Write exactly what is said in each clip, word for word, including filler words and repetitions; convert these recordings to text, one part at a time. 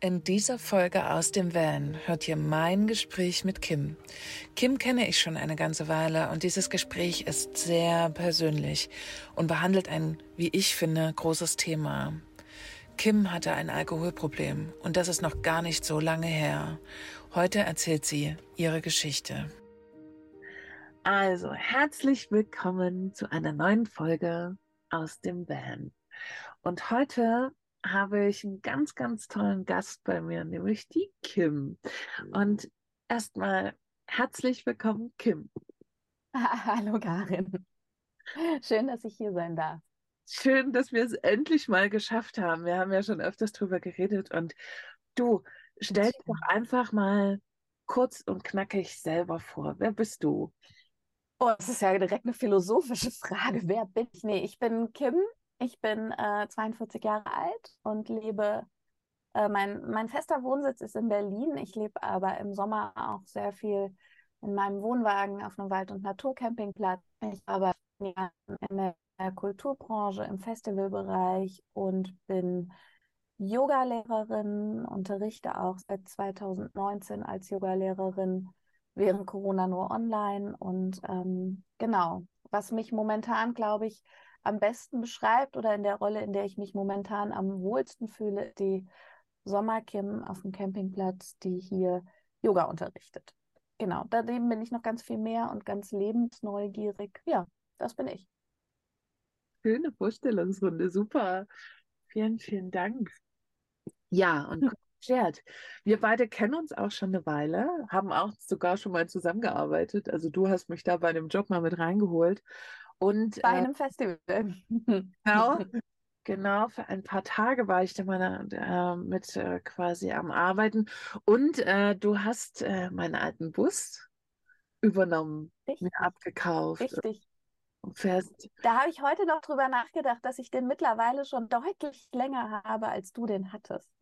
In dieser Folge aus dem Van hört ihr mein Gespräch mit Kim. Kim kenne ich schon eine ganze Weile und dieses Gespräch ist sehr persönlich und behandelt ein, wie ich finde, großes Thema. Kim hatte ein Alkoholproblem und das ist noch gar nicht so lange her. Heute erzählt sie ihre Geschichte. Also, herzlich willkommen zu einer neuen Folge aus dem Van. Und heute habe ich einen ganz, ganz tollen Gast bei mir, nämlich die Kim. Und erstmal herzlich willkommen, Kim. Hallo Karin, schön, dass ich hier sein darf. Schön, dass wir es endlich mal geschafft haben. Wir haben ja schon öfters drüber geredet. Und du, stell dich doch Schön. einfach mal kurz und knackig selber vor. Wer bist du? Oh, das ist ja direkt eine philosophische Frage. Wer bin ich? Nee, ich bin Kim. Ich bin äh, zweiundvierzig Jahre alt und lebe, äh, mein, mein fester Wohnsitz ist in Berlin. Ich lebe aber im Sommer auch sehr viel in meinem Wohnwagen auf einem Wald- und Naturcampingplatz. Ich arbeite in der Kulturbranche, im Festivalbereich und bin Yogalehrerin, unterrichte auch seit zweitausendneunzehn als Yogalehrerin, während Corona nur online. Und ähm, genau, was mich momentan, glaube ich, am besten beschreibt oder in der Rolle, in der ich mich momentan am wohlsten fühle, die Sommer-Kim auf dem Campingplatz, die hier Yoga unterrichtet. Genau, daneben bin ich noch ganz viel mehr und ganz lebensneugierig. Ja, das bin ich. Schöne Vorstellungsrunde, super. Vielen, vielen Dank. Ja, und gut beschert. Wir beide kennen uns auch schon eine Weile, haben auch sogar schon mal zusammengearbeitet. Also du hast mich da bei dem Job mal mit reingeholt. Und Bei äh, einem Festival. genau, genau, für ein paar Tage war ich da mal äh, mit äh, quasi am Arbeiten. Und äh, du hast äh, meinen alten Bus übernommen, mir Richtig, abgekauft richtig. und fährst. Da habe ich heute noch drüber nachgedacht, dass ich den mittlerweile schon deutlich länger habe, als du den hattest.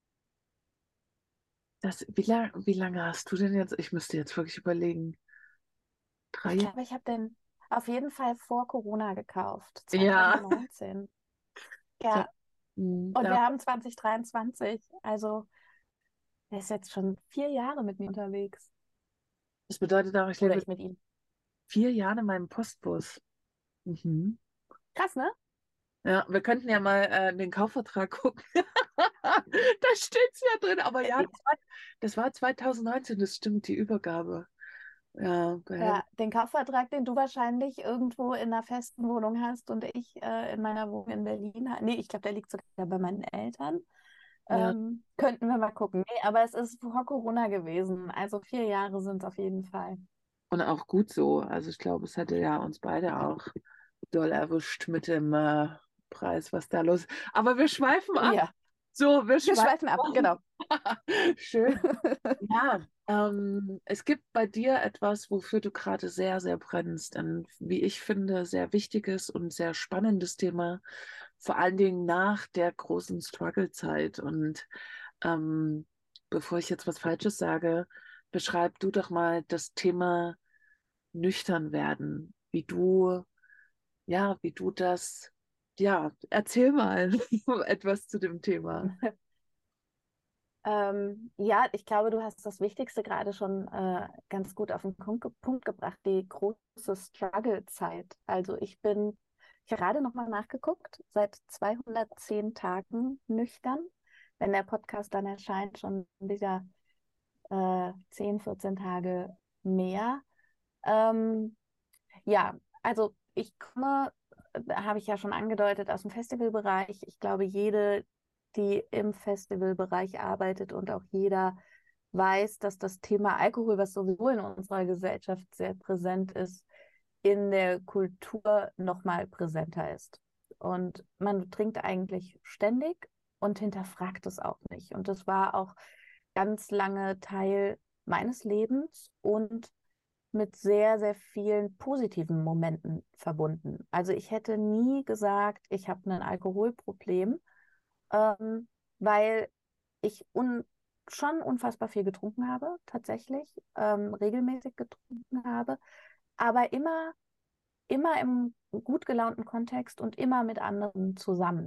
Das, wie lang, wie lange hast du denn jetzt? Ich müsste jetzt wirklich überlegen. Drei Ich Jahre? glaube, ich habe den auf jeden Fall vor Corona gekauft, Ja. zweitausendneunzehn. So, Ja, hm, und da, wir haben zwanzig dreiundzwanzig. Also, er ist jetzt schon vier Jahre mit mir unterwegs. das bedeutet auch, ich Oder lebe ich mit ihm. vier Jahre in meinem Postbus. Mhm. Krass, ne? Ja, wir könnten ja mal äh, den Kaufvertrag gucken. Da steht's ja drin. Aber ja, das war, das war zwanzig neunzehn, das stimmt, die Übergabe. Ja, bei Heavy. Ja, den Kaufvertrag, den du wahrscheinlich irgendwo in einer festen Wohnung hast und ich äh, in meiner Wohnung in Berlin. ha- Nee, ich glaube, der liegt sogar bei meinen Eltern. Ja, Ähm, könnten wir mal gucken. Nee, aber es ist vor Corona gewesen. Also vier Jahre sind es auf jeden Fall. und auch gut so. Also ich glaube, es hätte ja uns beide auch doll erwischt mit dem äh, Preis, was da los ist. Aber wir schweifen ab. Ja, So, wir wir schweifen schweifen ab, ab. genau. Schön. Ja, ähm, es gibt bei dir etwas, wofür du gerade sehr, sehr brennst. Ein, wie ich finde, sehr wichtiges und sehr spannendes Thema, vor allen Dingen nach der großen Struggle-Zeit. Und ähm, bevor ich jetzt was Falsches sage, beschreib du doch mal das Thema nüchtern werden, wie du, ja, wie du das, ja, erzähl mal etwas zu dem Thema. Ähm, ja, ich glaube, du hast das Wichtigste gerade schon äh, ganz gut auf den Punkt, ge- Punkt gebracht, die große Struggle-Zeit. Also ich bin, ich habe gerade nochmal nachgeguckt, seit zweihundertzehn Tagen nüchtern. Wenn der Podcast dann erscheint, schon wieder äh, zehn, vierzehn Tage mehr. Ähm, ja, also ich komme, äh, habe ich ja schon angedeutet, aus dem Festivalbereich. Ich glaube, jede, die im Festivalbereich arbeitet und auch jeder weiß, dass das Thema Alkohol, was sowieso in unserer Gesellschaft sehr präsent ist, in der Kultur noch mal präsenter ist. Und man trinkt eigentlich ständig und hinterfragt es auch nicht. Und das war auch ganz lange Teil meines Lebens und mit sehr, sehr vielen positiven Momenten verbunden. Also ich hätte nie gesagt, ich habe ein Alkoholproblem, ähm, weil ich un schon unfassbar viel getrunken habe, tatsächlich, ähm, regelmäßig getrunken habe, aber immer, immer im gut gelaunten Kontext und immer mit anderen zusammen.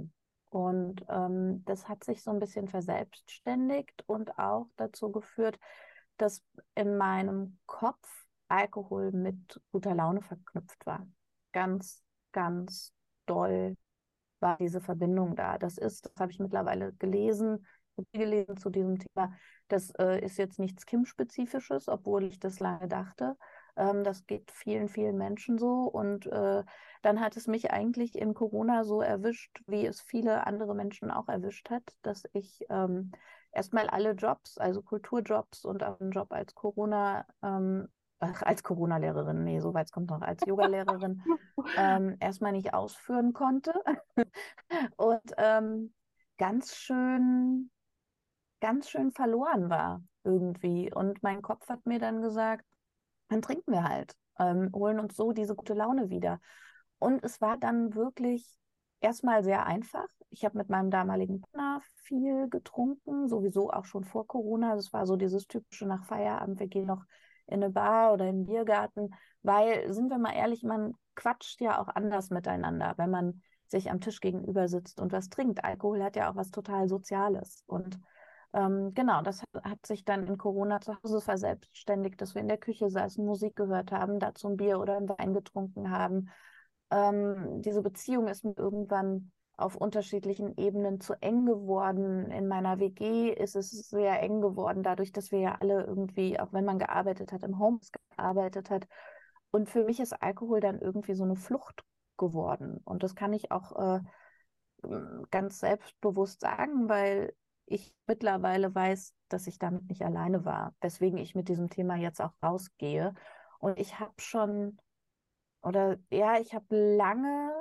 Und ähm, das hat sich so ein bisschen verselbstständigt und auch dazu geführt, dass in meinem Kopf Alkohol mit guter Laune verknüpft war. Ganz, ganz doll war diese Verbindung da. Das ist, das habe ich mittlerweile gelesen, viel gelesen zu diesem Thema. Das äh, ist jetzt nichts Kim-Spezifisches, obwohl ich das lange dachte. Ähm, das geht vielen, vielen Menschen so. Und äh, dann hat es mich eigentlich in Corona so erwischt, wie es viele andere Menschen auch erwischt hat, dass ich ähm, erstmal alle Jobs, also Kulturjobs und auch einen Job als Corona, ähm, ach, als Corona-Lehrerin, nee, so weit kommt noch, als Yoga-Lehrerin, ähm, erstmal nicht ausführen konnte. Und ähm, ganz schön, ganz schön verloren war irgendwie. Und mein Kopf hat mir dann gesagt, dann trinken wir halt, ähm, holen uns so diese gute Laune wieder. Und es war dann wirklich erstmal sehr einfach. Ich habe mit meinem damaligen Partner viel getrunken, sowieso auch schon vor Corona. Das war so dieses typische nach Feierabend, wir gehen noch in eine Bar oder in den Biergarten, weil, sind wir mal ehrlich, man quatscht ja auch anders miteinander, wenn man sich am Tisch gegenüber sitzt und was trinkt. Alkohol hat ja auch was total Soziales. Und ähm, genau, das hat, hat sich dann in Corona zu Hause verselbstständigt, dass wir in der Küche saßen, Musik gehört haben, dazu ein Bier oder einen Wein getrunken haben. Ähm, diese Beziehung ist mir irgendwann auf unterschiedlichen Ebenen zu eng geworden. In meiner W G ist es sehr eng geworden, dadurch, dass wir ja alle irgendwie, auch wenn man gearbeitet hat, im Homeoffice gearbeitet hat. Und für mich ist Alkohol dann irgendwie so eine Flucht geworden. Und das kann ich auch äh, ganz selbstbewusst sagen, weil ich mittlerweile weiß, dass ich damit nicht alleine war, weswegen ich mit diesem Thema jetzt auch rausgehe. Und ich habe schon, oder ja, ich habe lange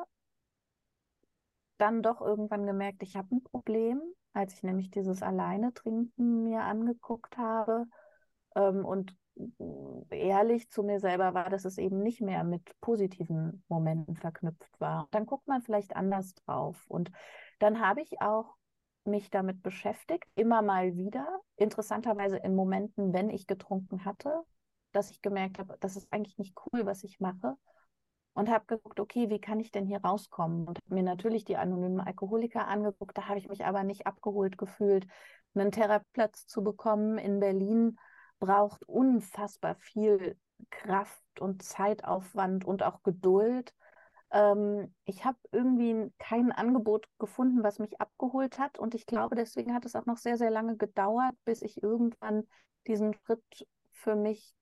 dann doch irgendwann gemerkt, ich habe ein Problem, als ich nämlich dieses Alleine trinken mir angeguckt habe ähm, und ehrlich zu mir selber war, dass es eben nicht mehr mit positiven Momenten verknüpft war. Dann guckt man vielleicht anders drauf. Und dann habe ich auch mich damit beschäftigt, immer mal wieder, interessanterweise in Momenten, wenn ich getrunken hatte, dass ich gemerkt habe, das ist eigentlich nicht cool, was ich mache. Und habe geguckt, okay, wie kann ich denn hier rauskommen? Und habe mir natürlich die anonymen Alkoholiker angeguckt. Da habe ich mich aber nicht abgeholt gefühlt. Einen Therapieplatz zu bekommen in Berlin braucht unfassbar viel Kraft und Zeitaufwand und auch Geduld. Ähm, ich habe irgendwie kein Angebot gefunden, was mich abgeholt hat. Und ich glaube, deswegen hat es auch noch sehr, sehr lange gedauert, bis ich irgendwann diesen Schritt für mich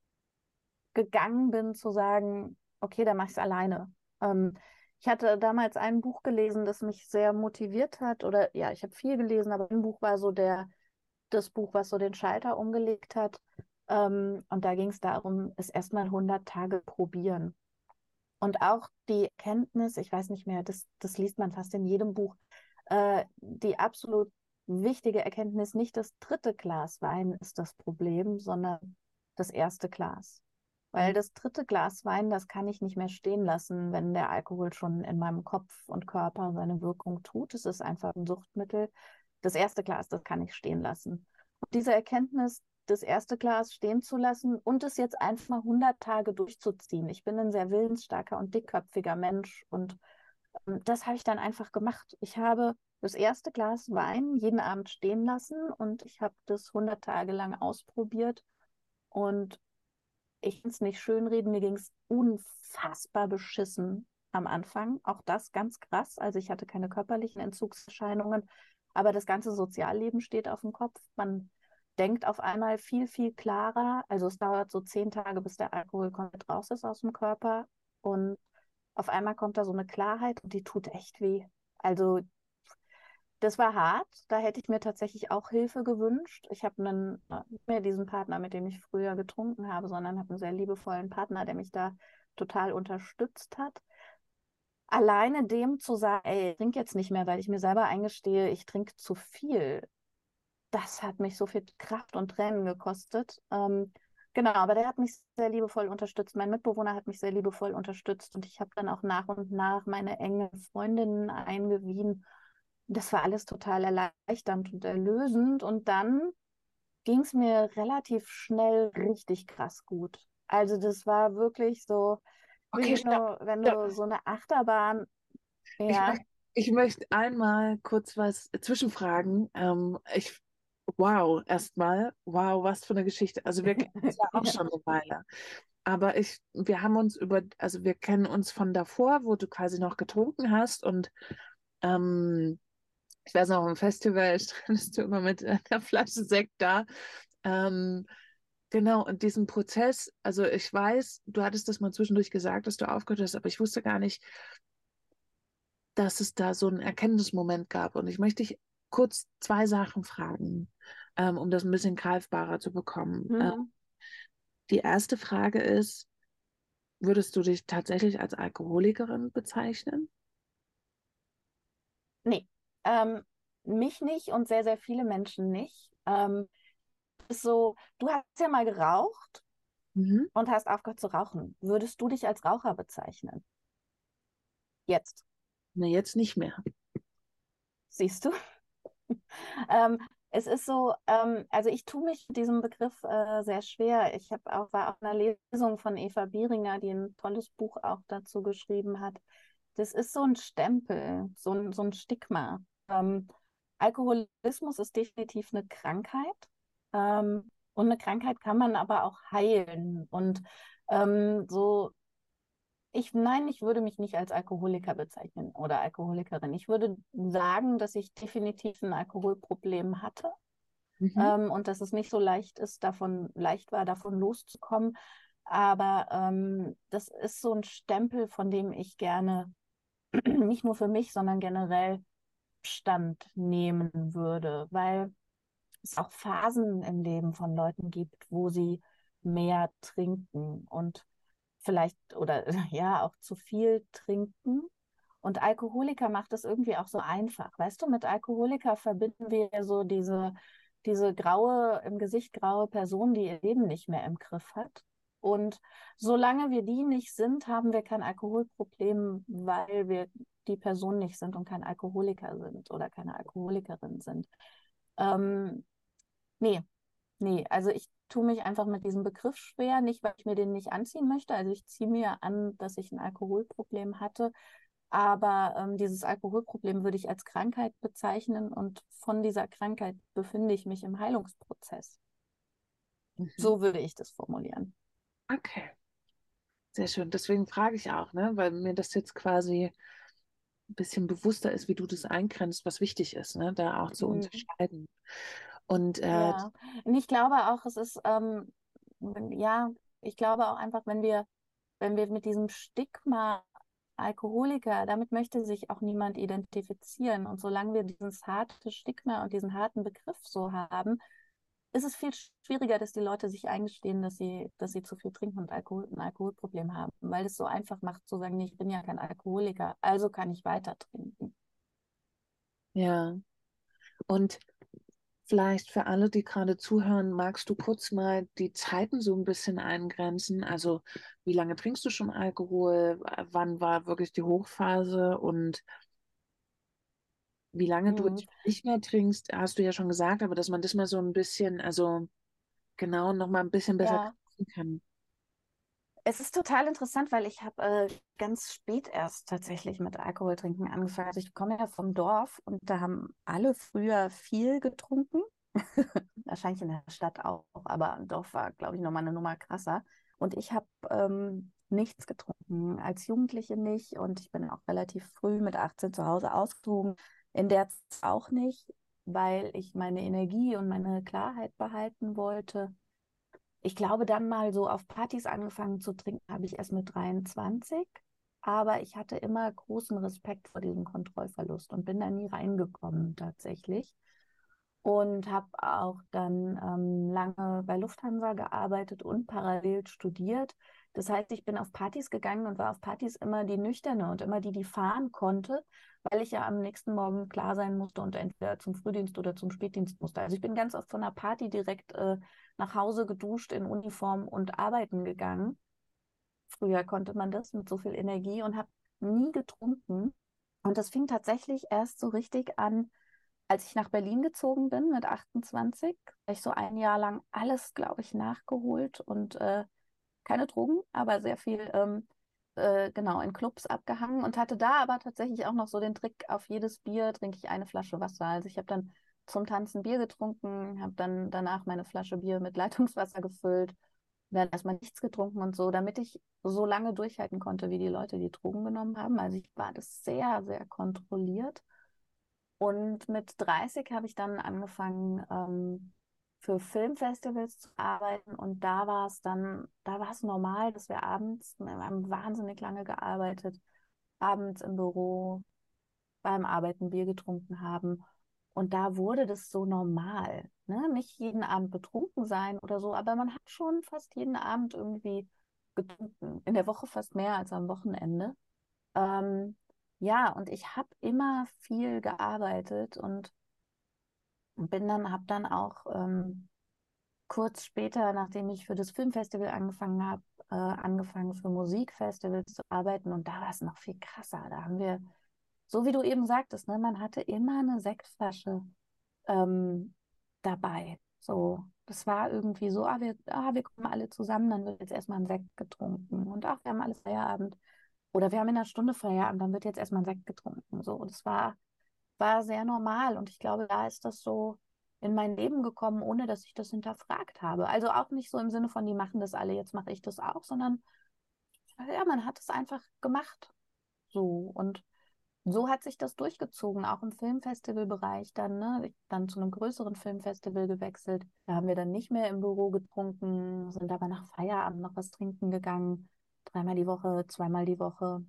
gegangen bin, zu sagen, okay, dann mache ich es alleine. Ähm, ich hatte damals ein Buch gelesen, das mich sehr motiviert hat. Oder ja, ich habe viel gelesen, aber ein Buch war so der, das Buch, was so den Schalter umgelegt hat. Ähm, und da ging es darum, es erstmal hundert Tage probieren. Und auch die Erkenntnis, ich weiß nicht mehr, das, das liest man fast in jedem Buch, äh, die absolut wichtige Erkenntnis, nicht das dritte Glas Wein ist das Problem, sondern das erste Glas. Weil das dritte Glas Wein, das kann ich nicht mehr stehen lassen, wenn der Alkohol schon in meinem Kopf und Körper seine Wirkung tut. Es ist einfach ein Suchtmittel. Das erste Glas, das kann ich stehen lassen. Und diese Erkenntnis, das erste Glas stehen zu lassen und es jetzt einfach mal hundert Tage durchzuziehen. Ich bin ein sehr willensstarker und dickköpfiger Mensch und ähm, das habe ich dann einfach gemacht. Ich habe das erste Glas Wein jeden Abend stehen lassen und ich habe das hundert Tage lang ausprobiert und ich will es nicht schönreden, mir ging es unfassbar beschissen am Anfang. Auch das ganz krass. Also ich hatte keine körperlichen Entzugserscheinungen, aber das ganze Sozialleben steht auf dem Kopf. Man denkt auf einmal viel, viel klarer. Also es dauert so zehn Tage, bis der Alkohol komplett raus ist aus dem Körper. Und auf einmal kommt da so eine Klarheit und die tut echt weh. Also das war hart. Da hätte ich mir tatsächlich auch Hilfe gewünscht. Ich habe einen, nicht mehr diesen Partner, mit dem ich früher getrunken habe, sondern habe einen sehr liebevollen Partner, der mich da total unterstützt hat. Alleine dem zu sagen, ey, ich trinke jetzt nicht mehr, weil ich mir selber eingestehe, ich trinke zu viel, das hat mich so viel Kraft und Tränen gekostet. Ähm, genau, aber der hat mich sehr liebevoll unterstützt. Mein Mitbewohner hat mich sehr liebevoll unterstützt und ich habe dann auch nach und nach meine enge Freundinnen eingewiesen. Das war alles total erleichternd und erlösend. Und dann ging es mir relativ schnell richtig krass gut. Also das war wirklich so, wie Okay, wenn stopp, du, wenn stopp. du so eine Achterbahn, Ich, ja, Ich möchte einmal kurz was zwischenfragen. Ähm, ich, wow, erstmal, wow, was für eine Geschichte. Also wir kennen uns ja auch Ja. schon eine Weile. Aber ich, wir haben uns über, also wir kennen uns von davor, wo du quasi noch getrunken hast. Und ähm, ich weiß noch, am Festival standest du immer mit einer Flasche Sekt da. Ähm, genau, und diesen Prozess, also ich weiß, du hattest das mal zwischendurch gesagt, dass du aufgehört hast, aber ich wusste gar nicht, dass es da so einen Erkenntnismoment gab. Und ich möchte dich kurz zwei Sachen fragen, ähm, um das ein bisschen greifbarer zu bekommen. Äh, Mhm. die erste Frage ist, würdest du dich tatsächlich als Alkoholikerin bezeichnen? Nee, ähm, mich nicht und sehr, sehr viele Menschen nicht. Ähm, ist so, du hast ja mal geraucht Mhm. und hast aufgehört zu rauchen. Würdest du dich als Raucher bezeichnen? Jetzt, Na, jetzt nicht mehr. siehst du? Ähm, es ist so, ähm, also ich tue mich mit diesem Begriff äh, sehr schwer. Ich habe auch, war auf einer Lesung von Eva Bieringer, die ein tolles Buch auch dazu geschrieben hat. Das ist so ein Stempel, so ein, so ein Stigma. Ähm, Alkoholismus ist definitiv eine Krankheit. Ähm, und eine Krankheit kann man aber auch heilen. Und ähm, so ich, nein, ich würde mich nicht als Alkoholiker bezeichnen oder Alkoholikerin. Ich würde sagen, dass ich definitiv ein Alkoholproblem hatte, Mhm. ähm, und dass es nicht so leicht ist, davon, leicht war, davon loszukommen. Aber ähm, das ist so ein Stempel, von dem ich gerne nicht nur für mich, sondern generell Stand nehmen würde, weil es auch Phasen im Leben von Leuten gibt, wo sie mehr trinken und vielleicht oder ja auch zu viel trinken. Und Alkoholiker macht es irgendwie auch so einfach. Weißt du, mit Alkoholiker verbinden wir ja so diese, diese graue, im Gesicht graue Person, die ihr Leben nicht mehr im Griff hat. Und solange wir die nicht sind, haben wir kein Alkoholproblem, weil wir die Person nicht sind und kein Alkoholiker sind oder keine Alkoholikerin sind. Ähm, nee, Nee, also ich tue mich einfach mit diesem Begriff schwer, nicht weil ich mir den nicht anziehen möchte. Also ich ziehe mir an, dass ich ein Alkoholproblem hatte, aber ähm, dieses Alkoholproblem würde ich als Krankheit bezeichnen und von dieser Krankheit befinde ich mich im Heilungsprozess. Mhm. So würde ich das formulieren. Okay, sehr schön. Deswegen frage ich auch, ne, weil mir das jetzt quasi ein bisschen bewusster ist, wie du das eingrenzt, was wichtig ist, ne, da auch zu Mhm. unterscheiden. Und äh, Ja, und ich glaube auch, es ist, ähm, wenn- ja, ich glaube auch einfach, wenn wir, wenn wir mit diesem Stigma Alkoholiker, damit möchte sich auch niemand identifizieren. Und solange wir dieses harte Stigma und diesen harten Begriff so haben, ist es viel schwieriger, dass die Leute sich eingestehen, dass sie, dass sie zu viel trinken und Alkohol, ein Alkoholproblem haben, weil es so einfach macht zu sagen, nee, ich bin ja kein Alkoholiker, also kann ich weiter trinken. ja, und vielleicht für alle, die gerade zuhören, magst du kurz mal die Zeiten so ein bisschen eingrenzen? Also, wie lange trinkst du schon Alkohol? Wann war wirklich die Hochphase? Und wie lange du Mhm. jetzt nicht mehr trinkst, hast du ja schon gesagt, aber dass man das mal so ein bisschen, also genau, noch mal ein bisschen besser Ja. greifen kann. Es ist total interessant, weil ich habe äh, ganz spät erst tatsächlich mit Alkohol trinken angefangen. Also ich komme ja vom Dorf und da haben alle früher viel getrunken. Wahrscheinlich in der Stadt auch, aber im Dorf war, glaube ich, nochmal eine Nummer krasser. Und ich habe ähm, nichts getrunken, als Jugendliche nicht. Und ich bin auch relativ früh mit achtzehn zu Hause ausgezogen. In der Zeit auch nicht, weil ich meine Energie und meine Klarheit behalten wollte. Ich glaube, dann mal so auf Partys angefangen zu trinken, habe ich erst mit dreiundzwanzig. Aber ich hatte immer großen Respekt vor diesem Kontrollverlust und bin da nie reingekommen tatsächlich. Und habe auch dann ähm, lange bei Lufthansa gearbeitet und parallel studiert. Das heißt, ich bin auf Partys gegangen und war auf Partys immer die Nüchterne und immer die, die fahren konnte, weil ich ja am nächsten Morgen klar sein musste und entweder zum Frühdienst oder zum Spätdienst musste. Also ich bin ganz oft von der Party direkt äh, nach Hause geduscht in Uniform und arbeiten gegangen. Früher konnte man das mit so viel Energie und habe nie getrunken. Und das fing tatsächlich erst so richtig an, als ich nach Berlin gezogen bin mit achtundzwanzig. Habe ich so ein Jahr lang alles, glaube ich, nachgeholt und äh, keine Drogen, aber sehr viel ähm, äh, genau, in Clubs abgehangen und hatte da aber tatsächlich auch noch so den Trick, auf jedes Bier trinke ich eine Flasche Wasser. Also ich habe dann zum Tanzen Bier getrunken, habe dann danach meine Flasche Bier mit Leitungswasser gefüllt, dann erstmal nichts getrunken und so, damit ich so lange durchhalten konnte, wie die Leute die Drogen genommen haben. Also ich war das sehr, sehr kontrolliert. Und mit dreißig habe ich dann angefangen, ähm, für Filmfestivals zu arbeiten. Und da war es dann, da war es normal, dass wir abends, wir haben wahnsinnig lange gearbeitet, abends im Büro beim Arbeiten Bier getrunken haben. Und da wurde das so normal, ne? Nicht jeden Abend betrunken sein oder so, aber man hat schon fast jeden Abend irgendwie getrunken. In der Woche fast mehr als am Wochenende. Ähm, ja, und ich habe immer viel gearbeitet und bin dann, habe dann auch ähm, kurz später, nachdem ich für das Filmfestival angefangen habe, äh, angefangen für Musikfestivals zu arbeiten und da war es noch viel krasser. Da haben wir, so wie du eben sagtest, ne, man hatte immer eine Sektflasche ähm, dabei. So, das war irgendwie so, ah wir, ah, wir kommen alle zusammen, dann wird jetzt erstmal ein Sekt getrunken und ach, wir haben alles Feierabend. Oder wir haben in einer Stunde Feierabend, dann wird jetzt erstmal ein Sekt getrunken. So, das war, war sehr normal. Und ich glaube, da ist das so in mein Leben gekommen, ohne dass ich das hinterfragt habe. Also auch nicht so im Sinne von, die machen das alle, jetzt mache ich das auch, sondern ja, man hat es einfach gemacht. So. Und so hat sich das durchgezogen, auch im Filmfestivalbereich dann, ne? Ich dann zu einem größeren Filmfestival gewechselt. Da haben wir dann nicht mehr im Büro getrunken, sind aber nach Feierabend noch was trinken gegangen. Dreimal die Woche, zweimal die Woche.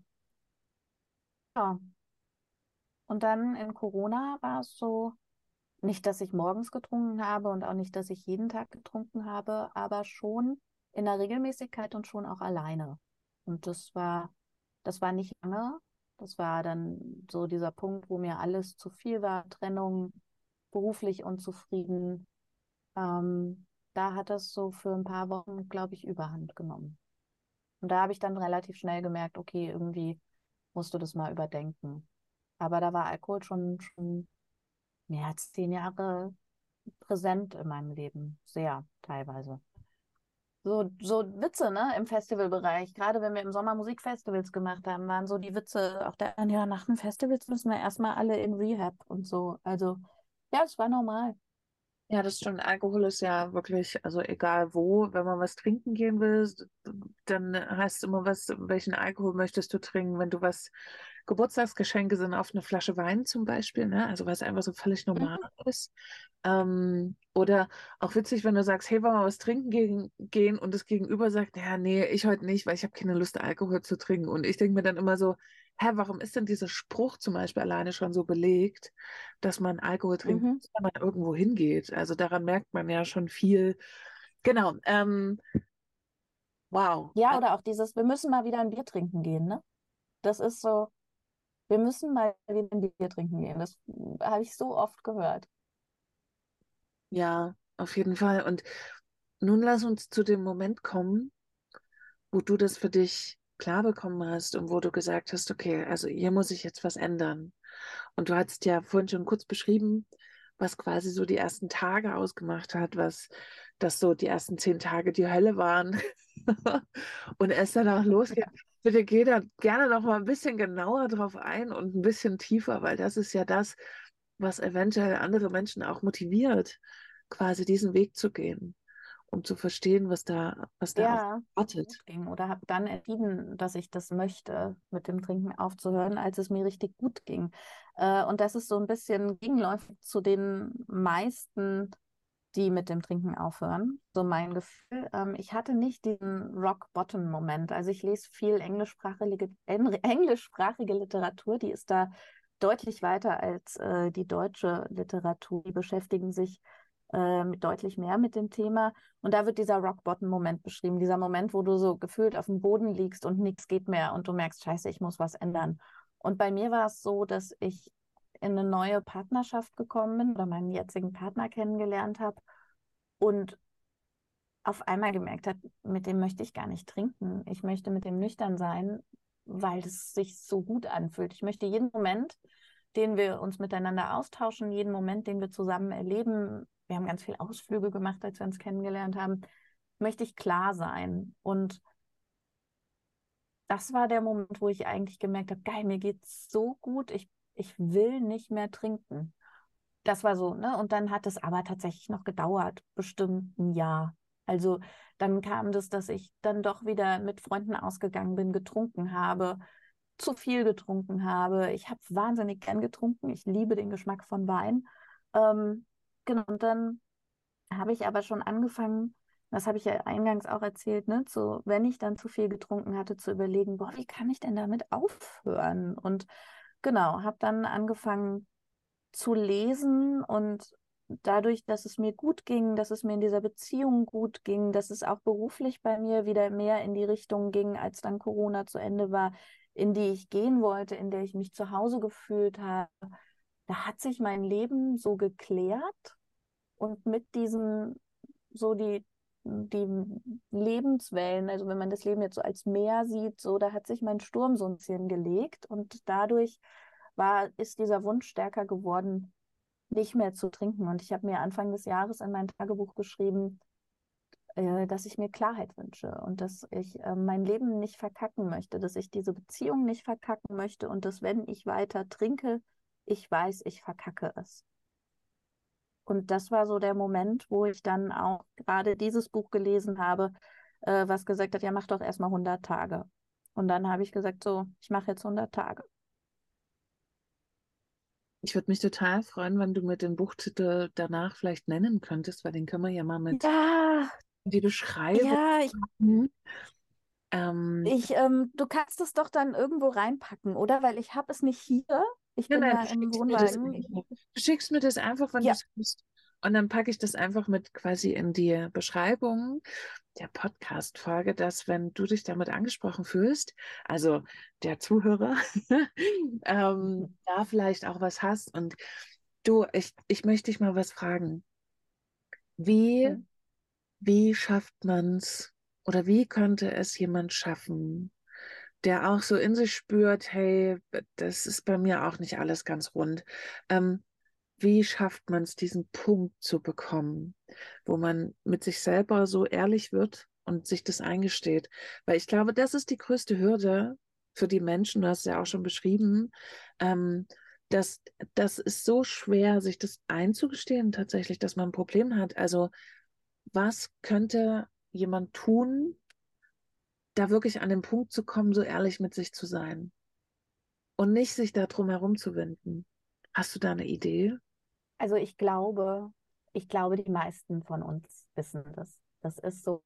Ja. Und dann in Corona war es so, nicht, dass ich morgens getrunken habe und auch nicht, dass ich jeden Tag getrunken habe, aber schon in der Regelmäßigkeit und schon auch alleine. Und das war, das war nicht lange. Das war dann so dieser Punkt, wo mir alles zu viel war, Trennung, beruflich unzufrieden. Ähm, Da hat das so für ein paar Wochen, glaube ich, Überhand genommen. Und da habe ich dann relativ schnell gemerkt, okay, irgendwie musst du das mal überdenken. Aber da war Alkohol schon, schon mehr als zehn Jahre präsent in meinem Leben. Sehr, teilweise. So, so Witze, ne, im Festivalbereich. Gerade wenn wir im Sommer Musikfestivals gemacht haben, waren so die Witze, auch da, ja, nach den Festivals müssen wir erstmal alle in Rehab und so. Also, ja, es war normal. Ja, das stimmt. Alkohol ist ja wirklich, also egal wo, wenn man was trinken gehen will, dann heißt es immer was, welchen Alkohol möchtest du trinken, wenn du was, Geburtstagsgeschenke sind auf eine Flasche Wein zum Beispiel, ne? Also was einfach so völlig normal Mhm. ist. Ähm, oder auch witzig, wenn du sagst, hey, wollen wir was trinken gehen, gehen und das Gegenüber sagt, ja, nee, ich heute nicht, weil ich habe keine Lust, Alkohol zu trinken. Und ich denke mir dann immer so, hä, warum ist denn dieser Spruch zum Beispiel alleine schon so belegt, dass man Alkohol trinkt, Mhm. wenn man irgendwo hingeht? Also daran merkt man ja schon viel. Genau. Ähm, wow. Ja, oder auch dieses, wir müssen mal wieder ein Bier trinken gehen, ne? Das ist so, wir müssen mal wieder ein Bier trinken gehen. Das habe ich so oft gehört. Ja, auf jeden Fall. Und nun lass uns zu dem Moment kommen, wo du das für dich klar bekommen hast und wo du gesagt hast, okay, also hier muss ich jetzt was ändern. Und du hattest ja vorhin schon kurz beschrieben, was quasi so die ersten Tage ausgemacht hat, was dass so die ersten zehn Tage die Hölle waren und es dann auch losgeht. Bitte geh da gerne noch mal ein bisschen genauer drauf ein und ein bisschen tiefer, weil das ist ja das, was eventuell andere Menschen auch motiviert, quasi diesen Weg zu gehen, um zu verstehen, was da, was da auch Ja, wartet. gut ging oder habe dann entschieden, dass ich das möchte, mit dem Trinken aufzuhören, als es mir richtig gut ging. Äh, und das ist so ein bisschen gegenläufig zu den meisten, die mit dem Trinken aufhören. So mein Gefühl. Ähm, ich hatte nicht diesen Rock-Bottom-Moment. Also ich lese viel englischsprachige, en- englischsprachige Literatur, die ist da deutlich weiter als äh, die deutsche Literatur. Die beschäftigen sich äh, mit deutlich mehr mit dem Thema. Und da wird dieser Rock-Bottom-Moment beschrieben, dieser Moment, wo du so gefühlt auf dem Boden liegst und nichts geht mehr und du merkst, scheiße, ich muss was ändern. Und bei mir war es so, dass ich in eine neue Partnerschaft gekommen bin oder meinen jetzigen Partner kennengelernt habe und auf einmal gemerkt habe, mit dem möchte ich gar nicht trinken. Ich möchte mit dem nüchtern sein, weil es sich so gut anfühlt. Ich möchte jeden Moment, den wir uns miteinander austauschen, jeden Moment, den wir zusammen erleben, wir haben ganz viel Ausflüge gemacht, als wir uns kennengelernt haben, möchte ich klar sein. Und das war der Moment, wo ich eigentlich gemerkt habe, geil, mir geht's so gut, ich, ich will nicht mehr trinken. Das war so, ne? Und dann hat es aber tatsächlich noch gedauert, bestimmt ein Jahr. Also dann kam das, dass ich dann doch wieder mit Freunden ausgegangen bin, getrunken habe, zu viel getrunken habe. Ich habe wahnsinnig gern getrunken. Ich liebe den Geschmack von Wein. Ähm, genau, und dann habe ich aber schon angefangen, das habe ich ja eingangs auch erzählt, ne, zu, wenn ich dann zu viel getrunken hatte, zu überlegen, boah, wie kann ich denn damit aufhören? Und genau, habe dann angefangen zu lesen und dadurch, dass es mir gut ging, dass es mir in dieser Beziehung gut ging, dass es auch beruflich bei mir wieder mehr in die Richtung ging, als dann Corona zu Ende war, in die ich gehen wollte, in der ich mich zu Hause gefühlt habe, da hat sich mein Leben so geklärt und mit diesen, so die, die Lebenswellen, also wenn man das Leben jetzt so als Meer sieht, so, da hat sich mein Sturm so ein bisschen gelegt und dadurch war, ist dieser Wunsch stärker geworden, nicht mehr zu trinken. Und ich habe mir Anfang des Jahres in mein Tagebuch geschrieben, äh, dass ich mir Klarheit wünsche und dass ich äh, mein Leben nicht verkacken möchte, dass ich diese Beziehung nicht verkacken möchte und dass, wenn ich weiter trinke, ich weiß, ich verkacke es. Und das war so der Moment, wo ich dann auch gerade dieses Buch gelesen habe, äh, was gesagt hat, ja, mach doch erstmal hundert Tage. Und dann habe ich gesagt, so, ich mache jetzt hundert Tage. Ich würde mich total freuen, wenn du mir den Buchtitel danach vielleicht nennen könntest, weil den können wir ja mal mit Ja, in die Beschreibung. ja, ich Mhm. Ähm, Ich, ähm, du kannst es doch dann irgendwo reinpacken, oder? Weil ich habe es nicht hier. Ich nein, bin nein, ja du im schickst mir das Wohnwagen. Ich, einfach. Du schickst mir das einfach, wenn du ja, es bist. Und dann packe ich das einfach mit quasi in die Beschreibung der Podcast-Folge, dass wenn du dich damit angesprochen fühlst, also der Zuhörer, ähm, da vielleicht auch was hast. Und du, ich, ich möchte dich mal was fragen. Wie, hm. wie schafft man's oder wie könnte es jemand schaffen, der auch so in sich spürt, hey, das ist bei mir auch nicht alles ganz rund. Ähm, wie schafft man es, diesen Punkt zu bekommen, wo man mit sich selber so ehrlich wird und sich das eingesteht? Weil ich glaube, das ist die größte Hürde für die Menschen, du hast es ja auch schon beschrieben, ähm, dass das ist so schwer, sich das einzugestehen tatsächlich, dass man ein Problem hat. Also was könnte jemand tun, da wirklich an den Punkt zu kommen, so ehrlich mit sich zu sein und nicht sich da drum herum zu winden? Hast du da eine Idee? Also ich glaube, ich glaube, die meisten von uns wissen das. Das ist so,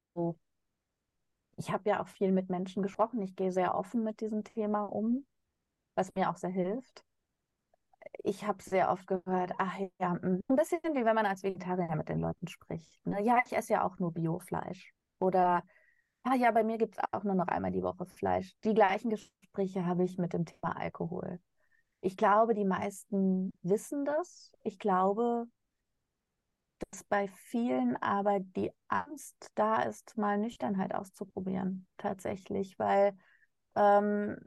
ich habe ja auch viel mit Menschen gesprochen. Ich gehe sehr offen mit diesem Thema um, was mir auch sehr hilft. Ich habe sehr oft gehört, ach ja, mm, ein bisschen wie wenn man als Vegetarier mit den Leuten spricht. Ne? Ja, ich esse ja auch nur Biofleisch. Oder ah ja, bei mir gibt es auch nur noch einmal die Woche Fleisch. Die gleichen Gespräche habe ich mit dem Thema Alkohol. Ich glaube, die meisten wissen das. Ich glaube, dass bei vielen aber die Angst da ist, mal Nüchternheit auszuprobieren, tatsächlich, weil ähm,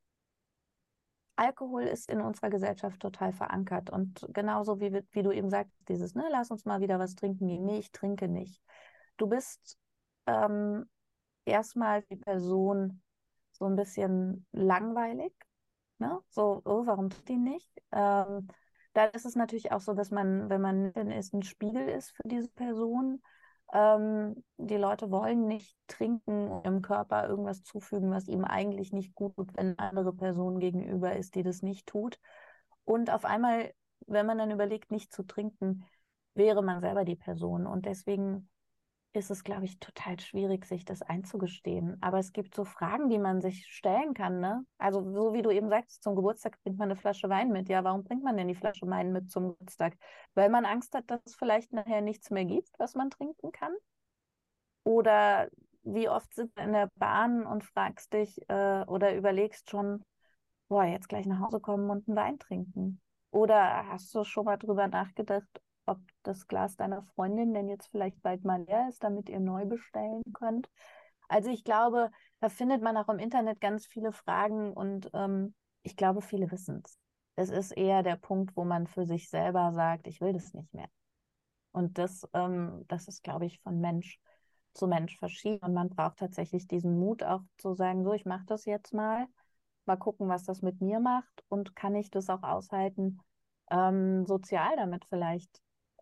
Alkohol ist in unserer Gesellschaft total verankert. Und genauso wie, wie du eben sagst, dieses, ne, lass uns mal wieder was trinken gehen. Nee, ich trinke nicht. Du bist ähm, erstmal die Person so ein bisschen langweilig, ne? So, oh, warum tut die nicht? Ähm, da ist es natürlich auch so, dass man, wenn man wenn es ein Spiegel ist für diese Person, ähm, die Leute wollen nicht trinken und im Körper irgendwas zufügen, was ihm eigentlich nicht gut tut, wenn eine andere Person gegenüber ist, die das nicht tut. Und auf einmal, wenn man dann überlegt, nicht zu trinken, wäre man selber die Person. Und deswegen ist es, glaube ich, total schwierig, sich das einzugestehen. Aber es gibt so Fragen, die man sich stellen kann, ne? Also, so wie du eben sagst, zum Geburtstag bringt man eine Flasche Wein mit. Ja, warum bringt man denn die Flasche Wein mit zum Geburtstag? Weil man Angst hat, dass es vielleicht nachher nichts mehr gibt, was man trinken kann? Oder wie oft sitzt du in der Bahn und fragst dich äh, oder überlegst schon, boah, jetzt gleich nach Hause kommen und einen Wein trinken? Oder hast du schon mal drüber nachgedacht, ob das Glas deiner Freundin denn jetzt vielleicht bald mal leer ist, damit ihr neu bestellen könnt? Also ich glaube, da findet man auch im Internet ganz viele Fragen und ähm, ich glaube, viele wissen es. Es ist eher der Punkt, wo man für sich selber sagt, ich will das nicht mehr. Und das, ähm, das ist, glaube ich, von Mensch zu Mensch verschieden. Und man braucht tatsächlich diesen Mut auch zu sagen, so, ich mache das jetzt mal, mal gucken, was das mit mir macht und kann ich das auch aushalten, ähm, sozial damit vielleicht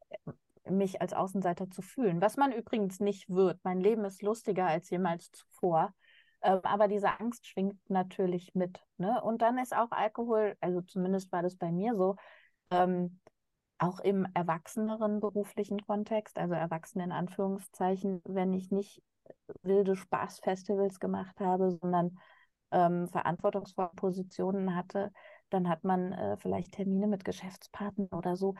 mich als Außenseiter zu fühlen. Was man übrigens nicht wird. Mein Leben ist lustiger als jemals zuvor. Ähm, aber diese Angst schwingt natürlich mit. Ne? Und dann ist auch Alkohol, also zumindest war das bei mir so, ähm, auch im erwachseneren beruflichen Kontext, also erwachsen in Anführungszeichen, wenn ich nicht wilde Spaßfestivals gemacht habe, sondern ähm, verantwortungsvolle Positionen hatte, dann hat man äh, vielleicht Termine mit Geschäftspartnern oder so.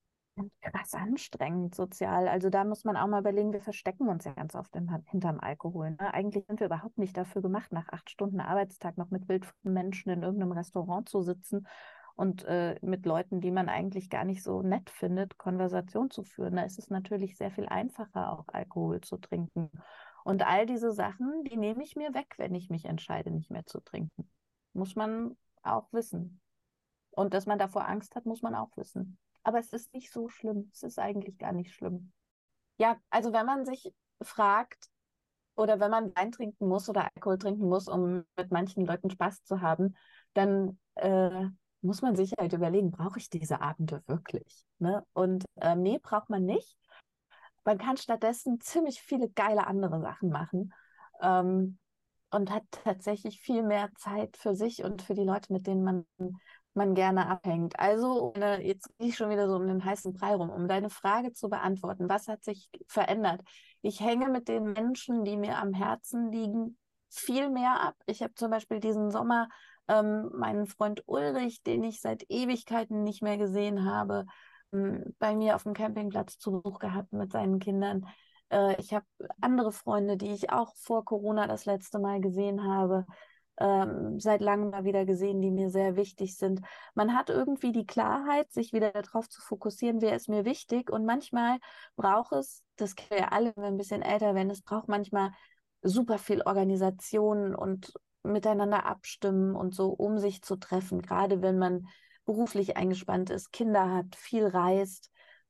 Krass anstrengend sozial. Also da muss man auch mal überlegen, wir verstecken uns ja ganz oft im, hinterm Alkohol. Ne? Eigentlich sind wir überhaupt nicht dafür gemacht, nach acht Stunden Arbeitstag noch mit wildfremden Menschen in irgendeinem Restaurant zu sitzen und äh, mit Leuten, die man eigentlich gar nicht so nett findet, Konversation zu führen. Da ist es natürlich sehr viel einfacher, auch Alkohol zu trinken. Und all diese Sachen, die nehme ich mir weg, wenn ich mich entscheide, nicht mehr zu trinken. Muss man auch wissen. Und dass man davor Angst hat, muss man auch wissen. Aber es ist nicht so schlimm. Es ist eigentlich gar nicht schlimm. Ja, also wenn man sich fragt oder wenn man Wein trinken muss oder Alkohol trinken muss, um mit manchen Leuten Spaß zu haben, dann äh, muss man sich halt überlegen, brauche ich diese Abende wirklich? Ne? Und äh, nee, braucht man nicht. Man kann stattdessen ziemlich viele geile andere Sachen machen. Ähm, und hat tatsächlich viel mehr Zeit für sich und für die Leute, mit denen man, man gerne abhängt. Also, ne, jetzt gehe ich schon wieder so um den heißen Brei rum, um deine Frage zu beantworten. Was hat sich verändert? Ich hänge mit den Menschen, die mir am Herzen liegen, viel mehr ab. Ich habe zum Beispiel diesen Sommer ähm, meinen Freund Ulrich, den ich seit Ewigkeiten nicht mehr gesehen habe, ähm, bei mir auf dem Campingplatz zu Besuch gehabt mit seinen Kindern. Äh, ich habe andere Freunde, die ich auch vor Corona das letzte Mal gesehen habe, ähm, seit langem mal wieder gesehen, die mir sehr wichtig sind. Man hat irgendwie die Klarheit, sich wieder darauf zu fokussieren, wer ist mir wichtig. Und manchmal braucht es, das kennen wir alle, wenn wir ein bisschen älter werden, es braucht manchmal super viel Organisation und miteinander abstimmen und so, um sich zu treffen. Gerade wenn man beruflich eingespannt ist, Kinder hat, viel reist,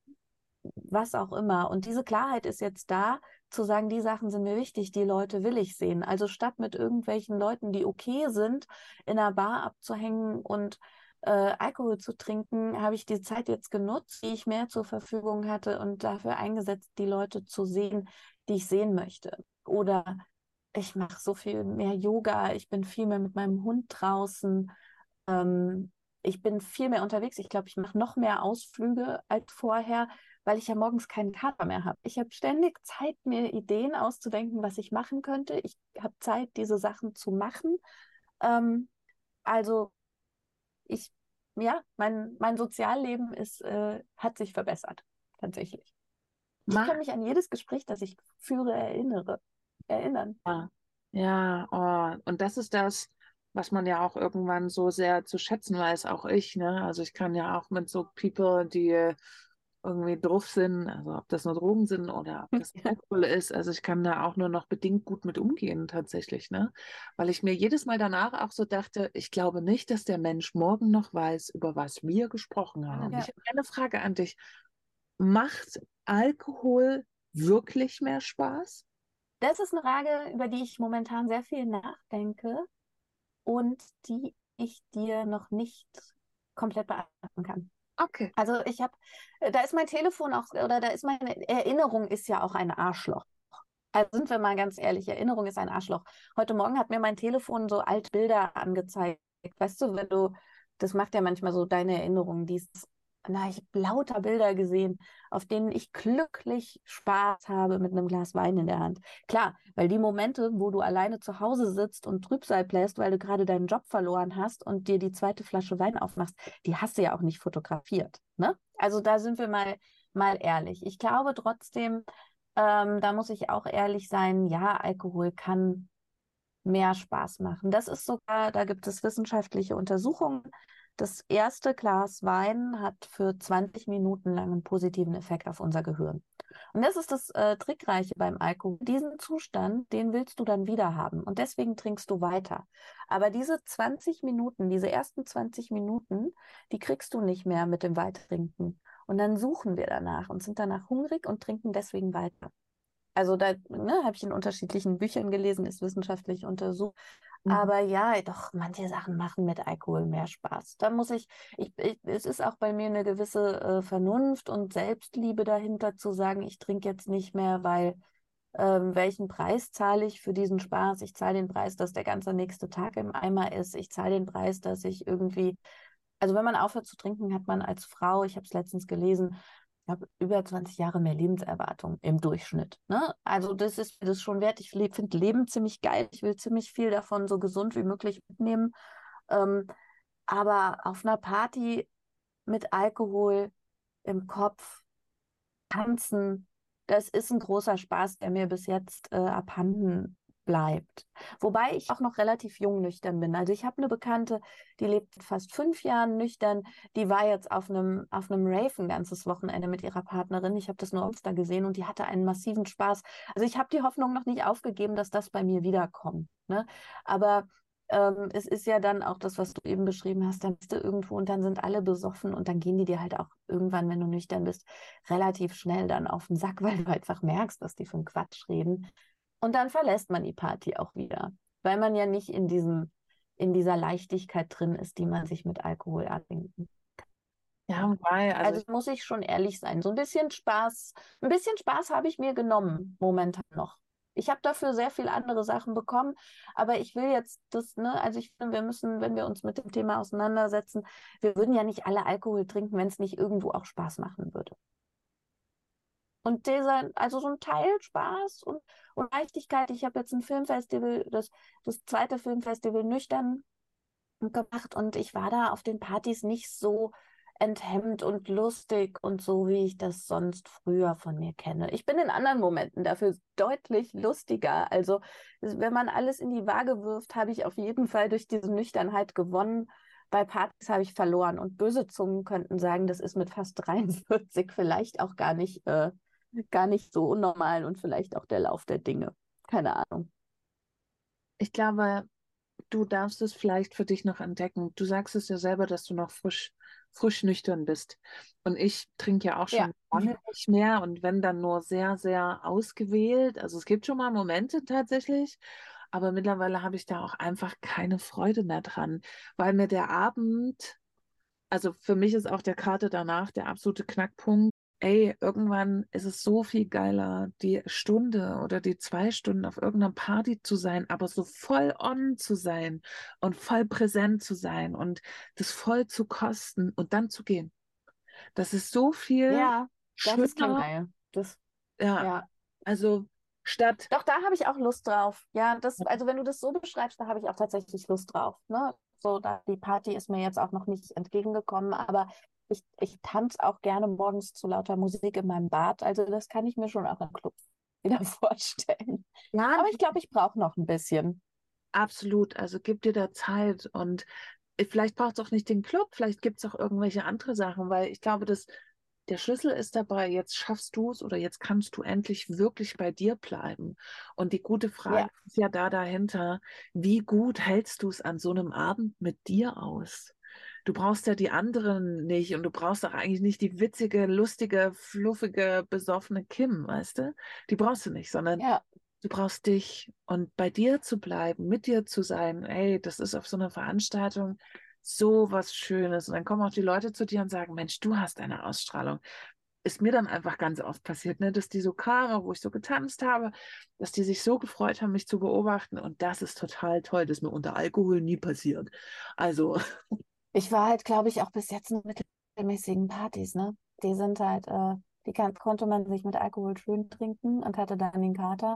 was auch immer. Und diese Klarheit ist jetzt da, zu sagen, die Sachen sind mir wichtig, die Leute will ich sehen. Also statt mit irgendwelchen Leuten, die okay sind, in einer Bar abzuhängen und äh, Alkohol zu trinken, habe ich die Zeit jetzt genutzt, die ich mehr zur Verfügung hatte und dafür eingesetzt, die Leute zu sehen, die ich sehen möchte. Oder ich mache so viel mehr Yoga, ich bin viel mehr mit meinem Hund draußen. Ähm, Ich bin viel mehr unterwegs. Ich glaube, ich mache noch mehr Ausflüge als vorher, weil ich ja morgens keinen Kater mehr habe. Ich habe ständig Zeit, mir Ideen auszudenken, was ich machen könnte. Ich habe Zeit, diese Sachen zu machen. Ähm, also ich, ja, mein, mein Sozialleben ist, äh, hat sich verbessert, tatsächlich. Ich kann Mach. mich an jedes Gespräch, das ich führe, erinnere, erinnern. Ja, ja, oh. Und das ist das, was man ja auch irgendwann so sehr zu schätzen weiß, auch ich, ne? Also ich kann ja auch mit so People, die irgendwie drauf sind, also ob das nur Drogen sind oder ob das Alkohol ist, also ich kann da auch nur noch bedingt gut mit umgehen tatsächlich, ne? Weil ich mir jedes Mal danach auch so dachte, ich glaube nicht, dass der Mensch morgen noch weiß, über was wir gesprochen haben. Ich Ja. habe eine Frage an dich. Macht Alkohol wirklich mehr Spaß? Das ist eine Frage, über die ich momentan sehr viel nachdenke und die ich dir noch nicht komplett beantworten kann. Okay. Also ich habe, da ist mein Telefon auch, oder da ist meine Erinnerung ist ja auch ein Arschloch. Also sind wir mal ganz ehrlich, Erinnerung ist ein Arschloch. Heute Morgen hat mir mein Telefon so alte Bilder angezeigt. Weißt du, wenn du, das macht ja manchmal so deine Erinnerung, dieses, na, ich habe lauter Bilder gesehen, auf denen ich glücklich Spaß habe mit einem Glas Wein in der Hand. Klar, weil die Momente, wo du alleine zu Hause sitzt und Trübsal bläst, weil du gerade deinen Job verloren hast und dir die zweite Flasche Wein aufmachst, die hast du ja auch nicht fotografiert, ne? Also da sind wir mal, mal ehrlich. Ich glaube trotzdem, ähm, da muss ich auch ehrlich sein, ja, Alkohol kann mehr Spaß machen. Das ist sogar, da gibt es wissenschaftliche Untersuchungen. Das erste Glas Wein hat für zwanzig Minuten lang einen positiven Effekt auf unser Gehirn. Und das ist das äh, Trickreiche beim Alkohol. Diesen Zustand, den willst du dann wieder haben. Und deswegen trinkst du weiter. Aber diese zwanzig Minuten, diese ersten zwanzig Minuten, die kriegst du nicht mehr mit dem Weitrinken. Und dann suchen wir danach und sind danach hungrig und trinken deswegen weiter. Also da, ne, habe ich in unterschiedlichen Büchern gelesen, ist wissenschaftlich untersucht. Mhm. Aber ja, doch, manche Sachen machen mit Alkohol mehr Spaß. Da muss ich, ich, ich es ist auch bei mir eine gewisse äh, Vernunft und Selbstliebe dahinter zu sagen, ich trinke jetzt nicht mehr, weil ähm, welchen Preis zahle ich für diesen Spaß? Ich zahle den Preis, dass der ganze nächste Tag im Eimer ist. Ich zahle den Preis, dass ich irgendwie, also wenn man aufhört zu trinken, hat man als Frau, ich habe es letztens gelesen, ich habe über zwanzig Jahre mehr Lebenserwartung im Durchschnitt. Ne? Also das ist das ist schon wert. Ich le finde Leben ziemlich geil. Ich will ziemlich viel davon so gesund wie möglich mitnehmen. Ähm, aber auf einer Party mit Alkohol im Kopf, tanzen, das ist ein großer Spaß, der mir bis jetzt äh, abhanden bleibt. Wobei ich auch noch relativ jung nüchtern bin. Also ich habe eine Bekannte, die lebt fast fünf Jahren nüchtern. Die war jetzt auf einem auf einem Rave ein ganzes Wochenende mit ihrer Partnerin. Ich habe das nur auf Insta gesehen und die hatte einen massiven Spaß. Also ich habe die Hoffnung noch nicht aufgegeben, dass das bei mir wiederkommt. Ne? Aber ähm, es ist ja dann auch das, was du eben beschrieben hast, dann bist du irgendwo und dann sind alle besoffen und dann gehen die dir halt auch irgendwann, wenn du nüchtern bist, relativ schnell dann auf den Sack, weil du einfach merkst, dass die für einen Quatsch reden. Und dann verlässt man die Party auch wieder, weil man ja nicht in diesem, in dieser Leichtigkeit drin ist, die man sich mit Alkohol ertrinken Ja, kann. wobei, also Also ich, muss ich schon ehrlich sein. So ein bisschen Spaß, ein bisschen Spaß habe ich mir genommen, momentan noch. Ich habe dafür sehr viel andere Sachen bekommen, aber ich will jetzt das, ne, also ich finde, wir müssen, wenn wir uns mit dem Thema auseinandersetzen, wir würden ja nicht alle Alkohol trinken, wenn es nicht irgendwo auch Spaß machen würde. Und dieser, also so ein Teil Spaß und, und Leichtigkeit. Ich habe jetzt ein Filmfestival, das, das zweite Filmfestival nüchtern gemacht und ich war da auf den Partys nicht so enthemmt und lustig und so, wie ich das sonst früher von mir kenne. Ich bin in anderen Momenten dafür deutlich lustiger. Also, wenn man alles in die Waage wirft, habe ich auf jeden Fall durch diese Nüchternheit gewonnen. Bei Partys habe ich verloren und böse Zungen könnten sagen, das ist mit fast dreiundvierzig vielleicht auch gar nicht, äh, gar nicht so unnormal und vielleicht auch der Lauf der Dinge. Keine Ahnung. ich glaube, du darfst es vielleicht für dich noch entdecken. Du sagst es ja selber, dass du noch frisch, frisch nüchtern bist. Und ich trinke ja auch Ja. schon lange nicht mehr und wenn dann nur sehr, sehr ausgewählt. Also es gibt schon mal Momente tatsächlich, aber mittlerweile habe ich da auch einfach keine Freude mehr dran, weil mir der Abend, also für mich ist auch der Kater danach der absolute Knackpunkt. Ey, irgendwann ist es so viel geiler, die Stunde oder die zwei Stunden auf irgendeiner Party zu sein, aber so voll on zu sein und voll präsent zu sein und das voll zu kosten und dann zu gehen. Das ist so viel Ja, das klingt schöner. geil. Das, Ja, ja. also statt, Doch, da habe ich auch Lust drauf. Ja, das, also wenn du das so beschreibst, da habe ich auch tatsächlich Lust drauf. Ne? So, da, die Party ist mir jetzt auch noch nicht entgegengekommen, aber ich, ich tanze auch gerne morgens zu lauter Musik in meinem Bad. Also das kann ich mir schon auch im Club wieder vorstellen. ja, Aber ich glaube, ich brauche noch ein bisschen. absolut. Also gib dir da Zeit und vielleicht braucht es auch nicht den Club, vielleicht gibt es auch irgendwelche andere Sachen, weil ich glaube, dass der Schlüssel ist dabei, jetzt schaffst du es oder jetzt kannst du endlich wirklich bei dir bleiben. Und die gute Frage Ja, ist ja da dahinter, wie gut hältst du es an so einem Abend mit dir aus? Du brauchst ja die anderen nicht und du brauchst auch eigentlich nicht die witzige, lustige, fluffige, besoffene Kim, weißt du? Die brauchst du nicht, sondern ja. du brauchst dich und bei dir zu bleiben, mit dir zu sein. Ey, das ist auf so einer Veranstaltung so was Schönes. Und dann kommen auch die Leute zu dir und sagen, Mensch, du hast eine Ausstrahlung. Ist mir dann einfach ganz oft passiert, ne, dass die so Paare, wo ich so getanzt habe, dass die sich so gefreut haben, mich zu beobachten. Und das ist total toll. Das ist mir unter Alkohol nie passiert. Also, Ich war halt, glaube ich, auch bis jetzt in mittelmäßigen Partys, ne? Die sind halt, äh, die kann, konnte man sich mit Alkohol schön trinken und hatte dann den Kater.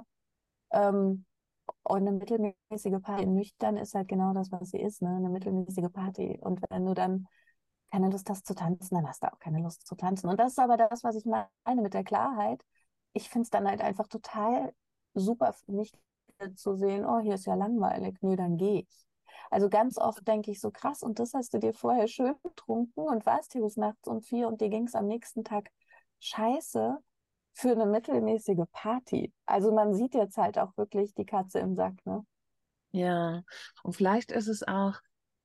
Ähm, Und eine mittelmäßige Party nüchtern ist halt genau das, was sie ist, ne? Eine mittelmäßige Party. Und wenn du dann keine Lust hast zu tanzen, dann hast du auch keine Lust zu tanzen. Und das ist aber das, was ich meine mit der Klarheit. Ich finde es dann halt einfach total super für mich zu sehen, oh, hier ist ja langweilig, nö, dann gehe ich. Also ganz oft denke ich so krass, und das hast du dir vorher schön getrunken und warst hier bis nachts um vier und dir ging es am nächsten Tag scheiße für eine mittelmäßige Party. Also man sieht jetzt halt auch wirklich die Katze im Sack, ne? ja. Und vielleicht ist es auch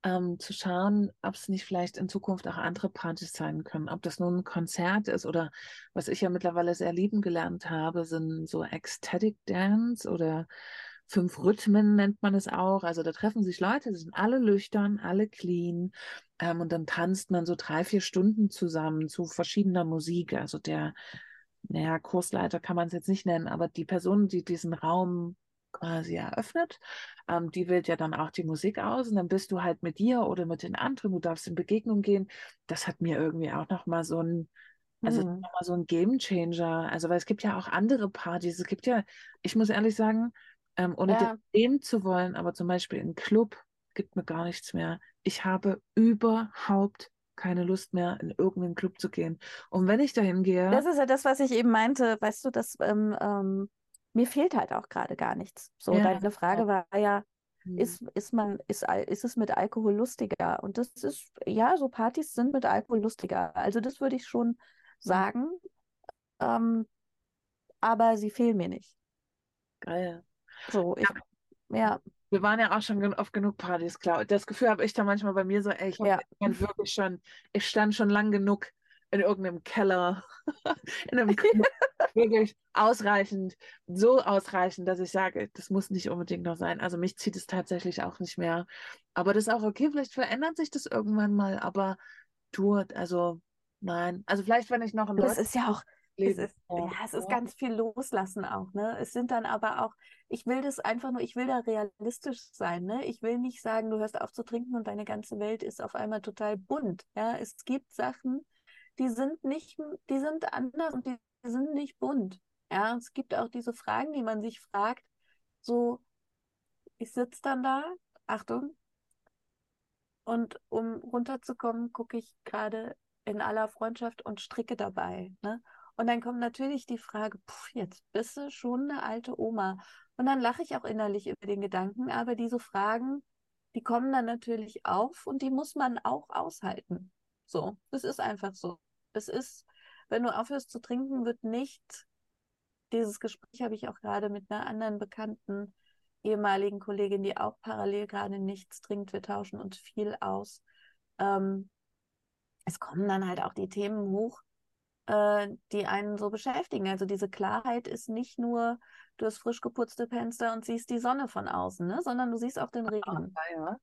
ähm, zu schauen, ob es nicht vielleicht in Zukunft auch andere Partys sein können. Ob das nun ein Konzert ist oder was ich ja mittlerweile sehr lieben gelernt habe, sind so Ecstatic Dance oder Fünf Rhythmen nennt man es auch. Also da treffen sich Leute, die sind alle nüchtern, alle clean. Ähm, und dann tanzt man so drei, vier Stunden zusammen zu verschiedener Musik. Also der, naja, Kursleiter kann man es jetzt nicht nennen, aber die Person, die diesen Raum quasi eröffnet, ähm, die wählt ja dann auch die Musik aus und dann bist du halt mit dir oder mit den anderen, du darfst in Begegnung gehen. Das hat mir irgendwie auch nochmal so ein, also Hm. nochmal so ein Game Changer. Also, weil es gibt ja auch andere Partys. Es gibt ja, ich muss ehrlich sagen, ähm, ohne das Ja, nehmen zu wollen, aber zum Beispiel im Club gibt mir gar nichts mehr. Ich habe überhaupt keine Lust mehr, in irgendeinen Club zu gehen. Und wenn ich dahin gehe, das ist ja das, was ich eben meinte. Weißt du, dass ähm, ähm, mir fehlt halt auch gerade gar nichts. So, ja, deine Frage war ja, hm, ist, ist man, ist, Al- ist es mit Alkohol lustiger? Und das ist, ja, so Partys sind mit Alkohol lustiger. Also das würde ich schon hm, sagen. Ähm, aber sie fehlen mir nicht. geil. So, ich, ja, Wir waren ja auch schon gen- auf genug Partys, klar. Das Gefühl habe ich da manchmal bei mir so, ey, ich hab, ja. ich stand wirklich schon, ich stand schon lang genug in irgendeinem Keller, in einem Club, wirklich ausreichend, so ausreichend, dass ich sage, das muss nicht unbedingt noch sein. Also mich zieht es tatsächlich auch nicht mehr. Aber das ist auch okay, vielleicht verändert sich das irgendwann mal, aber du, also nein. Also vielleicht, wenn ich noch in Das Deutschland ist ja auch, es leben ist, ja, würde. es ist ganz viel loslassen auch, ne? Es sind dann aber auch, ich will das einfach nur, ich will da realistisch sein, ne? Ich will nicht sagen, du hörst auf zu trinken und deine ganze Welt ist auf einmal total bunt. Ja, es gibt Sachen, die sind nicht, die sind anders und die sind nicht bunt. Ja, es gibt auch diese Fragen, die man sich fragt, so, ich sitze dann da, Achtung, und um runterzukommen, gucke ich gerade in aller Freundschaft und stricke dabei. Ne? Und dann kommt natürlich die Frage, pff, jetzt bist du schon eine alte Oma. Und dann lache ich auch innerlich über den Gedanken, aber diese Fragen, die kommen dann natürlich auf und die muss man auch aushalten. So, es ist einfach so. Es ist, wenn du aufhörst zu trinken, wird nicht, dieses Gespräch habe ich auch gerade mit einer anderen Bekannten, ehemaligen Kollegin, die auch parallel gerade nichts trinkt. Wir tauschen uns viel aus. Ähm, Es kommen dann halt auch die Themen hoch, äh, die einen so beschäftigen. Also diese Klarheit ist nicht nur, du hast frisch geputzte Fenster und siehst die Sonne von außen, ne? Sondern du siehst auch den Ah, Regen. ja, ja.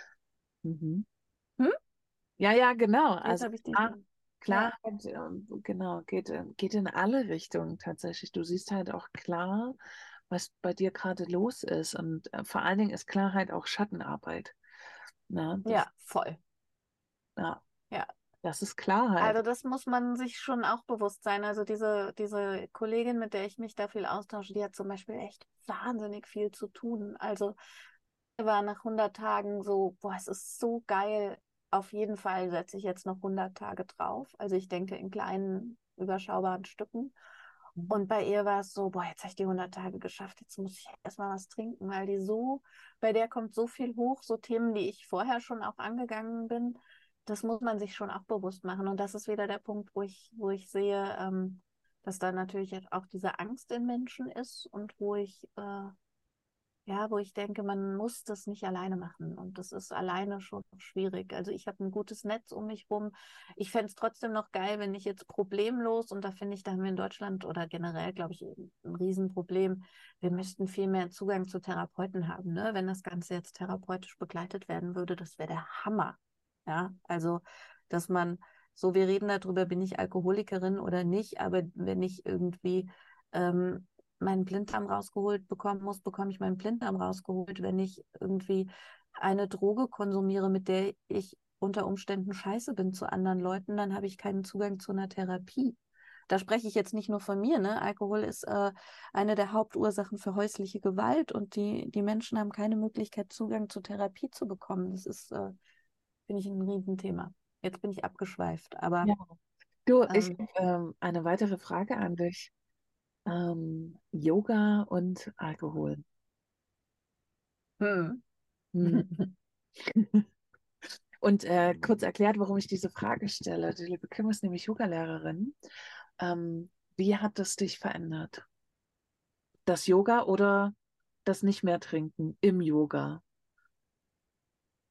Mhm. Hm? Ja, ja, genau. Jetzt Also habe ich klar, diesen. Ja, Klarheit, ähm, genau, geht, äh, geht in alle Richtungen tatsächlich. Du siehst halt auch klar, was bei dir gerade los ist. Und äh, vor allen Dingen ist Klarheit auch Schattenarbeit. Na, das, ja, voll. ja, Ja. das ist Klarheit. Also das muss man sich schon auch bewusst sein. Also diese, diese Kollegin, mit der ich mich da viel austausche, die hat zum Beispiel echt wahnsinnig viel zu tun. Also war nach hundert Tagen so, boah, es ist so geil. Auf jeden Fall setze ich jetzt noch hundert Tage drauf. Also ich denke in kleinen, überschaubaren Stücken. Mhm. Und bei ihr war es so, boah, jetzt habe ich die hundert Tage geschafft, jetzt muss ich erstmal was trinken, weil die so, bei der kommt so viel hoch, so Themen, die ich vorher schon auch angegangen bin. Das muss man sich schon auch bewusst machen. Und das ist wieder der Punkt, wo ich, wo ich sehe, ähm, dass da natürlich jetzt auch diese Angst in Menschen ist und wo ich äh, ja, wo ich denke, man muss das nicht alleine machen. Und das ist alleine schon schwierig. Also ich habe ein gutes Netz um mich rum. Ich fände es trotzdem noch geil, wenn ich jetzt problemlos, und da finde ich, da haben wir in Deutschland oder generell, glaube ich, ein Riesenproblem. Wir müssten viel mehr Zugang zu Therapeuten haben, ne? Wenn das Ganze jetzt therapeutisch begleitet werden würde, das wäre der Hammer. Ja, also, dass man, so, wir reden darüber, bin ich Alkoholikerin oder nicht, aber wenn ich irgendwie ähm, meinen Blinddarm rausgeholt bekommen muss, bekomme ich meinen Blinddarm rausgeholt. Wenn ich irgendwie eine Droge konsumiere, mit der ich unter Umständen scheiße bin zu anderen Leuten, dann habe ich keinen Zugang zu einer Therapie. Da spreche ich jetzt nicht nur von mir, ne? Alkohol ist äh, eine der Hauptursachen für häusliche Gewalt und die, die Menschen haben keine Möglichkeit, Zugang zur Therapie zu bekommen. Das ist, äh, finde ich, ein Riesenthema. Jetzt bin ich abgeschweift, aber Ja. Du, ich ähm, habe ähm, eine weitere Frage an dich. Ähm, Yoga und Alkohol. hm. Hm. Und äh, kurz erklärt, warum ich diese Frage stelle. Die liebe Kim ist nämlich Yogalehrerin. Ähm, wie hat das dich verändert? Das Yoga oder das nicht mehr trinken im Yoga?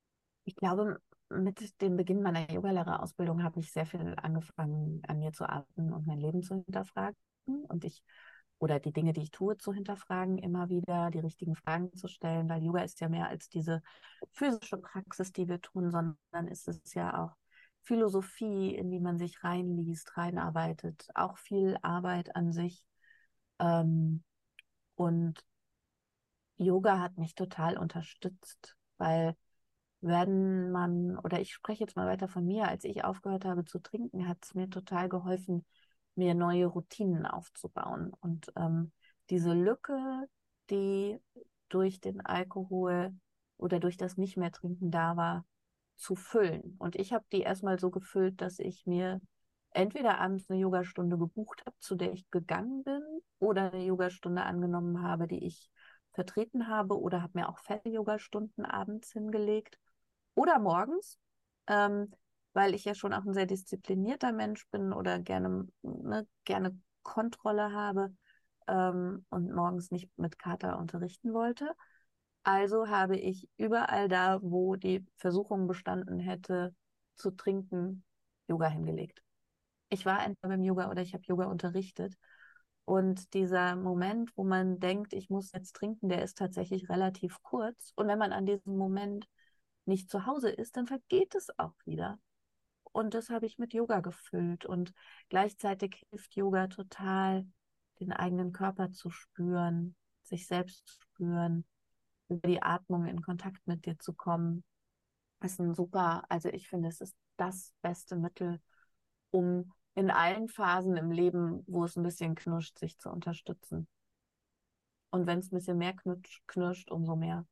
Ich glaube, mit dem Beginn meiner Yogalehrerausbildung habe ich sehr viel angefangen, an mir zu arbeiten und mein Leben zu hinterfragen. Und ich, oder die Dinge, die ich tue, zu hinterfragen, immer wieder die richtigen Fragen zu stellen, weil Yoga ist ja mehr als diese physische Praxis, die wir tun, sondern ist es ja auch Philosophie, in die man sich reinliest, reinarbeitet, auch viel Arbeit an sich. Ähm, und Yoga hat mich total unterstützt, weil wenn man, oder ich spreche jetzt mal weiter von mir, als ich aufgehört habe zu trinken, hat es mir total geholfen, mir neue Routinen aufzubauen. Und ähm, diese Lücke, die durch den Alkohol oder durch das Nicht mehr trinken da war, zu füllen. Und ich habe die erstmal so gefüllt, dass ich mir entweder abends eine Yogastunde gebucht habe, zu der ich gegangen bin, oder eine Yogastunde angenommen habe, die ich vertreten habe, oder habe mir auch fette Yogastunden abends hingelegt oder morgens, ähm, weil ich ja schon auch ein sehr disziplinierter Mensch bin oder gerne, ne, gerne Kontrolle habe ähm, und morgens nicht mit Kater unterrichten wollte. Also habe ich überall da, wo die Versuchung bestanden hätte, zu trinken, Yoga hingelegt. Ich war entweder beim Yoga oder ich habe Yoga unterrichtet. Und dieser Moment, wo man denkt, ich muss jetzt trinken, der ist tatsächlich relativ kurz. Und wenn man an diesem Moment nicht zu Hause ist, dann vergeht es auch wieder. Und das habe ich mit Yoga gefüllt. Und gleichzeitig hilft Yoga total, den eigenen Körper zu spüren, sich selbst zu spüren, über die Atmung in Kontakt mit dir zu kommen. Das ist ein super, also ich finde, es ist das beste Mittel, um in allen Phasen im Leben, wo es ein bisschen knirscht, sich zu unterstützen. Und wenn es ein bisschen mehr knirscht, knirscht, umso mehr.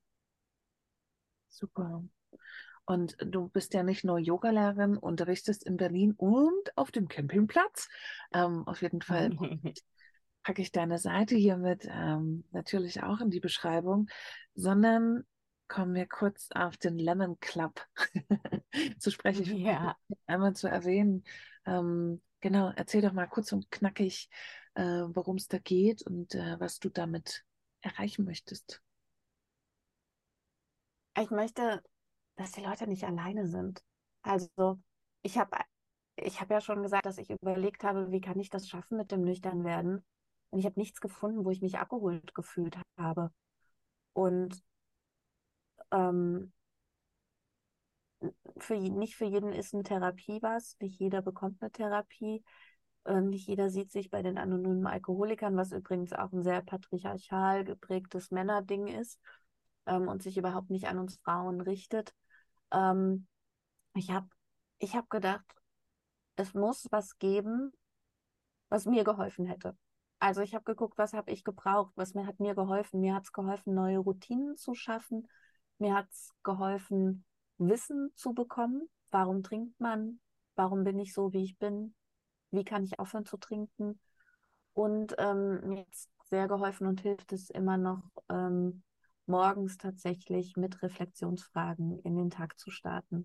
Super. Und du bist ja nicht nur Yogalehrerin, unterrichtest in Berlin und auf dem Campingplatz. Ähm, auf jeden Fall packe ich deine Seite hiermit ähm, natürlich auch in die Beschreibung, sondern kommen wir kurz auf den Lemon Club zu sprechen. Ich Ja. einmal zu erwähnen. Ähm, genau, erzähl doch mal kurz und knackig, äh, worum es da geht und äh, was du damit erreichen möchtest. Ich möchte, dass die Leute nicht alleine sind. Also ich habe ich hab ja schon gesagt, dass ich überlegt habe, wie kann ich das schaffen mit dem Nüchternwerden. Und ich habe nichts gefunden, wo ich mich abgeholt gefühlt habe. Und ähm, für, nicht für jeden ist eine Therapie was, nicht jeder bekommt eine Therapie. Ähm, nicht jeder sieht sich bei den anonymen Alkoholikern, was übrigens auch ein sehr patriarchal geprägtes Männerding ist ähm, und sich überhaupt nicht an uns Frauen richtet. Ähm, ich habe ich hab gedacht, es muss was geben, was mir geholfen hätte. Also ich habe geguckt, was habe ich gebraucht, was mir hat mir geholfen. Mir hat es geholfen, neue Routinen zu schaffen. Mir hat es geholfen, Wissen zu bekommen. Warum trinkt man? Warum bin ich so, wie ich bin? Wie kann ich aufhören zu trinken? Und ähm, mir hat es sehr geholfen und hilft es immer noch, ähm, morgens tatsächlich mit Reflexionsfragen in den Tag zu starten.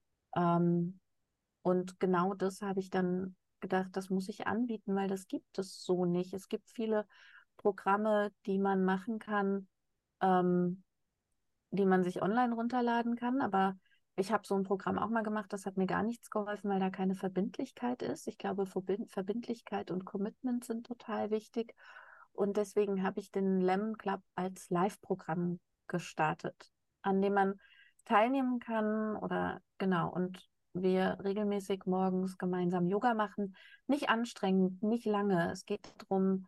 Ähm, und genau das habe ich dann gedacht, das muss ich anbieten, weil das gibt es so nicht. Es gibt viele Programme, die man machen kann, ähm, die man sich online runterladen kann, aber ich habe so ein Programm auch mal gemacht, das hat mir gar nichts geholfen, weil da keine Verbindlichkeit ist. Ich glaube, Verbind Verbindlichkeit und Commitment sind total wichtig. Und deswegen habe ich den Lemon Club als Live-Programm gestartet, an dem man teilnehmen kann oder genau. Und wir regelmäßig morgens gemeinsam Yoga machen. Nicht anstrengend, nicht lange. Es geht darum,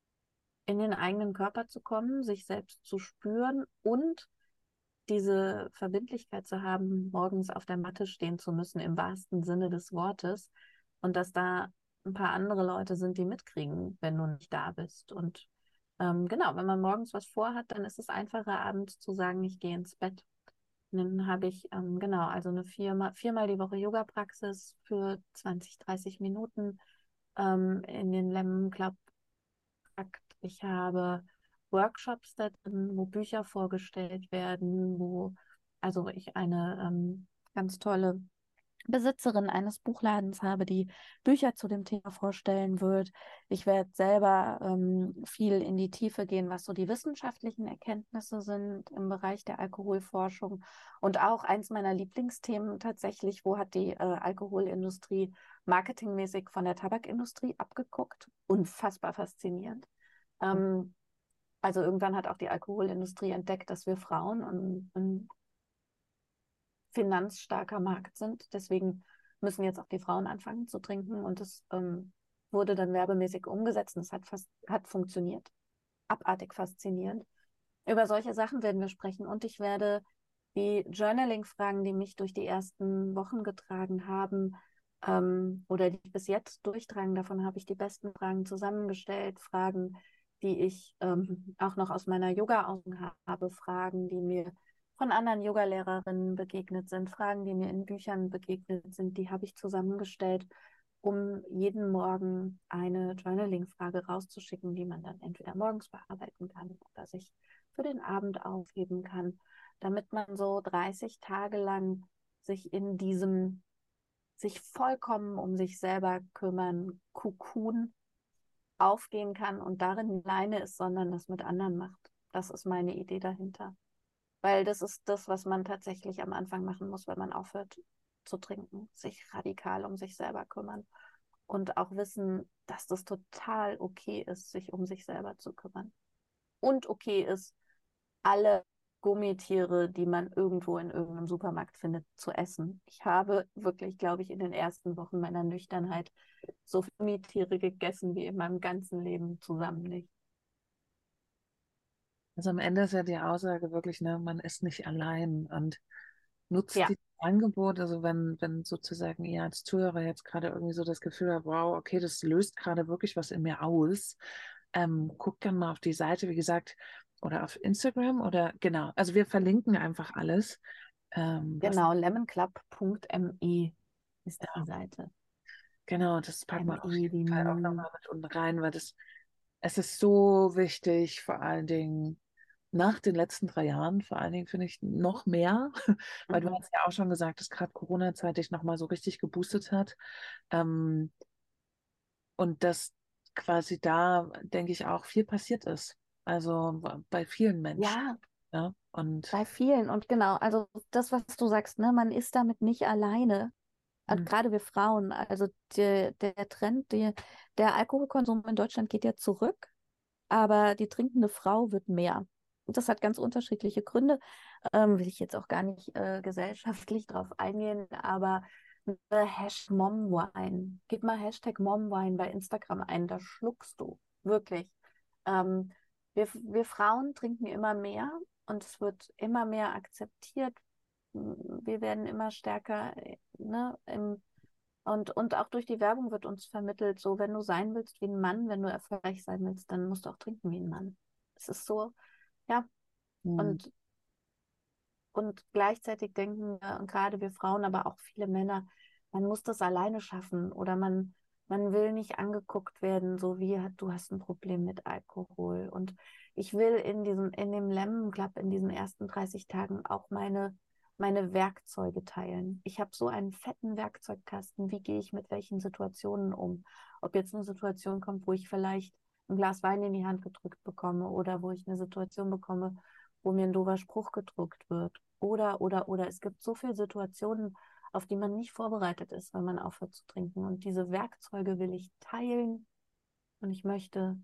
in den eigenen Körper zu kommen, sich selbst zu spüren und diese Verbindlichkeit zu haben, morgens auf der Matte stehen zu müssen, im wahrsten Sinne des Wortes. Und dass da ein paar andere Leute sind, die mitkriegen, wenn du nicht da bist. Und ähm, genau, wenn man morgens was vorhat, dann ist es einfacher, abends zu sagen, ich gehe ins Bett. Und dann habe ich, ähm, genau, also eine viermal, viermal die Woche Yoga-Praxis für zwanzig, dreißig Minuten ähm, in den Lemon Club gepackt. Ich habe Workshops da drin, wo Bücher vorgestellt werden, wo also ich eine ähm, ganz tolle Besitzerin eines Buchladens habe, die Bücher zu dem Thema vorstellen wird. Ich werde selber ähm, viel in die Tiefe gehen, was so die wissenschaftlichen Erkenntnisse sind im Bereich der Alkoholforschung. Und auch eins meiner Lieblingsthemen tatsächlich, wo hat die äh, Alkoholindustrie marketingmäßig von der Tabakindustrie abgeguckt? Unfassbar faszinierend. Ähm, also irgendwann hat auch die Alkoholindustrie entdeckt, dass wir Frauen ein, ein finanzstarker Markt sind. Deswegen müssen jetzt auch die Frauen anfangen zu trinken. Und das ähm, wurde dann werbemäßig umgesetzt und es hat fast hat funktioniert. Abartig faszinierend. Über solche Sachen werden wir sprechen. Und ich werde die Journaling-Fragen, die mich durch die ersten Wochen getragen haben, ähm, oder die ich bis jetzt durchtragen, davon habe ich die besten Fragen zusammengestellt. Fragen, die ich ähm, auch noch aus meiner Yoga-Augen habe, Fragen, die mir von anderen Yogalehrerinnen begegnet sind, Fragen, die mir in Büchern begegnet sind, die habe ich zusammengestellt, um jeden Morgen eine Journaling-Frage rauszuschicken, die man dann entweder morgens bearbeiten kann oder sich für den Abend aufheben kann, damit man so dreißig Tage lang sich in diesem, sich vollkommen um sich selber kümmern, Cocoon aufgehen kann und darin alleine ist, sondern das mit anderen macht. Das ist meine Idee dahinter. Weil das ist das, was man tatsächlich am Anfang machen muss, wenn man aufhört zu trinken, sich radikal um sich selber kümmern und auch wissen, dass das total okay ist, sich um sich selber zu kümmern. Und okay ist, alle Gummitiere, die man irgendwo in irgendeinem Supermarkt findet, zu essen. Ich habe wirklich, glaube ich, in den ersten Wochen meiner Nüchternheit so viele Gummitiere gegessen wie in meinem ganzen Leben zusammen nicht. Also am Ende ist ja die Aussage wirklich, ne, man ist nicht allein und nutzt Ja, die Angebot, also wenn, wenn sozusagen ihr als Zuhörer jetzt gerade irgendwie so das Gefühl habt, wow, okay, das löst gerade wirklich was in mir aus, ähm, guckt dann mal auf die Seite, wie gesagt, oder auf Instagram oder genau, also wir verlinken einfach alles. Ähm, was, genau, lemonclub Punkt me ist die ja, Seite. genau, das packen wir auf M E jeden wie Fall auch Mu. nochmal mit unten rein, weil das, es ist so wichtig, vor allen Dingen nach den letzten drei Jahren, vor allen Dingen finde ich noch mehr, weil du Mhm. hast ja auch schon gesagt, dass gerade Corona-Zeit dich nochmal so richtig geboostet hat. Ähm, und dass quasi da, denke ich, auch viel passiert ist. Also bei vielen Menschen. Ja, Ja? Und bei vielen. Und genau, also das, was du sagst, ne, man ist damit nicht alleine. Und hm, gerade wir Frauen, also der, der Trend, die, der Alkoholkonsum in Deutschland geht ja zurück, aber die trinkende Frau wird mehr. Und das hat ganz unterschiedliche Gründe. Ähm, will ich jetzt auch gar nicht äh, gesellschaftlich drauf eingehen, aber äh, Hashtag Momwine. Gib mal Hashtag Momwine bei Instagram ein, da schluckst du. Wirklich. Ähm, wir, wir Frauen trinken immer mehr und es wird immer mehr akzeptiert. Wir werden immer stärker, äh, ne, im, und, und auch durch die Werbung wird uns vermittelt, so, wenn du sein willst wie ein Mann, wenn du erfolgreich sein willst, dann musst du auch trinken wie ein Mann. Es ist so, ja, hm, und, und gleichzeitig denken wir, und gerade wir Frauen, aber auch viele Männer, man muss das alleine schaffen oder man, man will nicht angeguckt werden, so wie du hast ein Problem mit Alkohol. Und ich will in diesem, in dem Lemon Club in diesen ersten dreißig Tagen auch meine, meine Werkzeuge teilen. Ich habe so einen fetten Werkzeugkasten. Wie gehe ich mit welchen Situationen um? Ob jetzt eine Situation kommt, wo ich vielleicht ein Glas Wein in die Hand gedrückt bekomme oder wo ich eine Situation bekomme, wo mir ein doofer Spruch gedruckt wird. Oder, oder, oder. Es gibt so viele Situationen, auf die man nicht vorbereitet ist, wenn man aufhört zu trinken. Und diese Werkzeuge will ich teilen. Und ich möchte,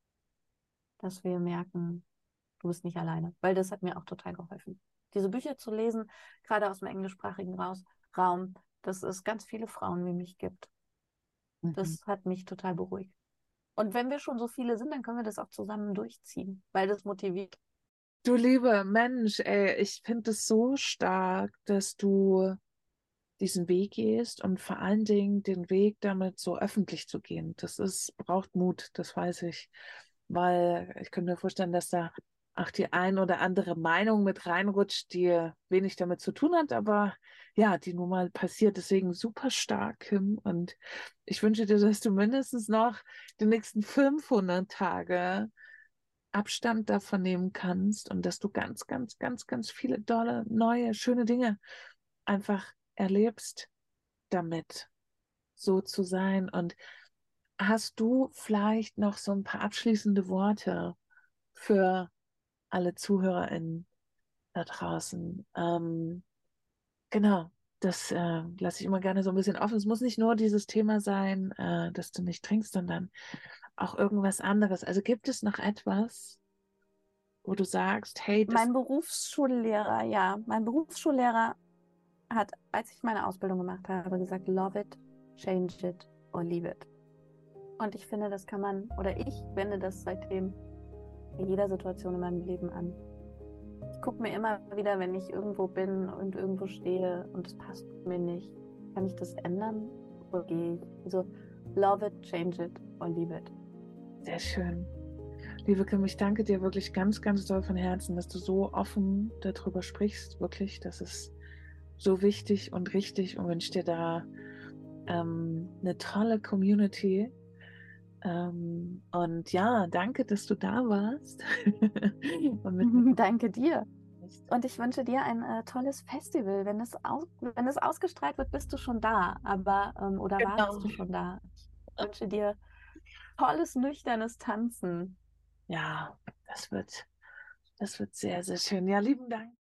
dass wir merken, du bist nicht alleine. Weil das hat mir auch total geholfen. Diese Bücher zu lesen, gerade aus dem englischsprachigen Raus Raum, dass es ganz viele Frauen wie mich gibt. mhm. Das hat mich total beruhigt. Und wenn wir schon so viele sind, dann können wir das auch zusammen durchziehen, weil das motiviert. Du lieber Mensch, ey, ich finde es so stark, dass du diesen Weg gehst und vor allen Dingen den Weg damit so öffentlich zu gehen. Das ist, braucht Mut, das weiß ich. Weil ich könnte mir vorstellen, dass da auch die ein oder andere Meinung mit reinrutscht, die wenig damit zu tun hat, aber ja, die nun mal passiert. Deswegen super stark, Kim. Und ich wünsche dir, dass du mindestens noch die nächsten fünfhundert Tage Abstand davon nehmen kannst und dass du ganz, ganz, ganz, ganz viele tolle, neue, schöne Dinge einfach erlebst damit, so zu sein. Und hast du vielleicht noch so ein paar abschließende Worte für alle ZuhörerInnen da draußen? Ähm, genau, das äh, lasse ich immer gerne so ein bisschen offen. Es muss nicht nur dieses Thema sein, äh, dass du nicht trinkst, sondern auch irgendwas anderes. Also gibt es noch etwas, wo du sagst, hey, das, Mein Berufsschullehrer, ja, mein Berufsschullehrer hat, als ich meine Ausbildung gemacht habe, gesagt, love it, change it or leave it. Und ich finde, das kann man, oder ich wende das seitdem in jeder Situation in meinem Leben an. Ich gucke mir immer wieder, wenn ich irgendwo bin und irgendwo stehe und es passt mir nicht, kann ich das ändern oder gehe ich? Also, love it, change it or leave it. sehr schön. Liebe Kim, ich danke dir wirklich ganz, ganz doll von Herzen, dass du so offen darüber sprichst. Wirklich, das ist so wichtig und richtig und wünsche dir da ähm, eine tolle Community. Ähm, und ja, danke, dass du da warst. und mit mir Danke dir. sprichst. Und ich wünsche dir ein äh, tolles Festival. Wenn es, aus, wenn es ausgestrahlt wird, bist du schon da, aber ähm, oder Genau. warst du schon da? Ich wünsche dir tolles, nüchternes Tanzen. Ja, das wird, das wird sehr, sehr schön. Ja, lieben Dank.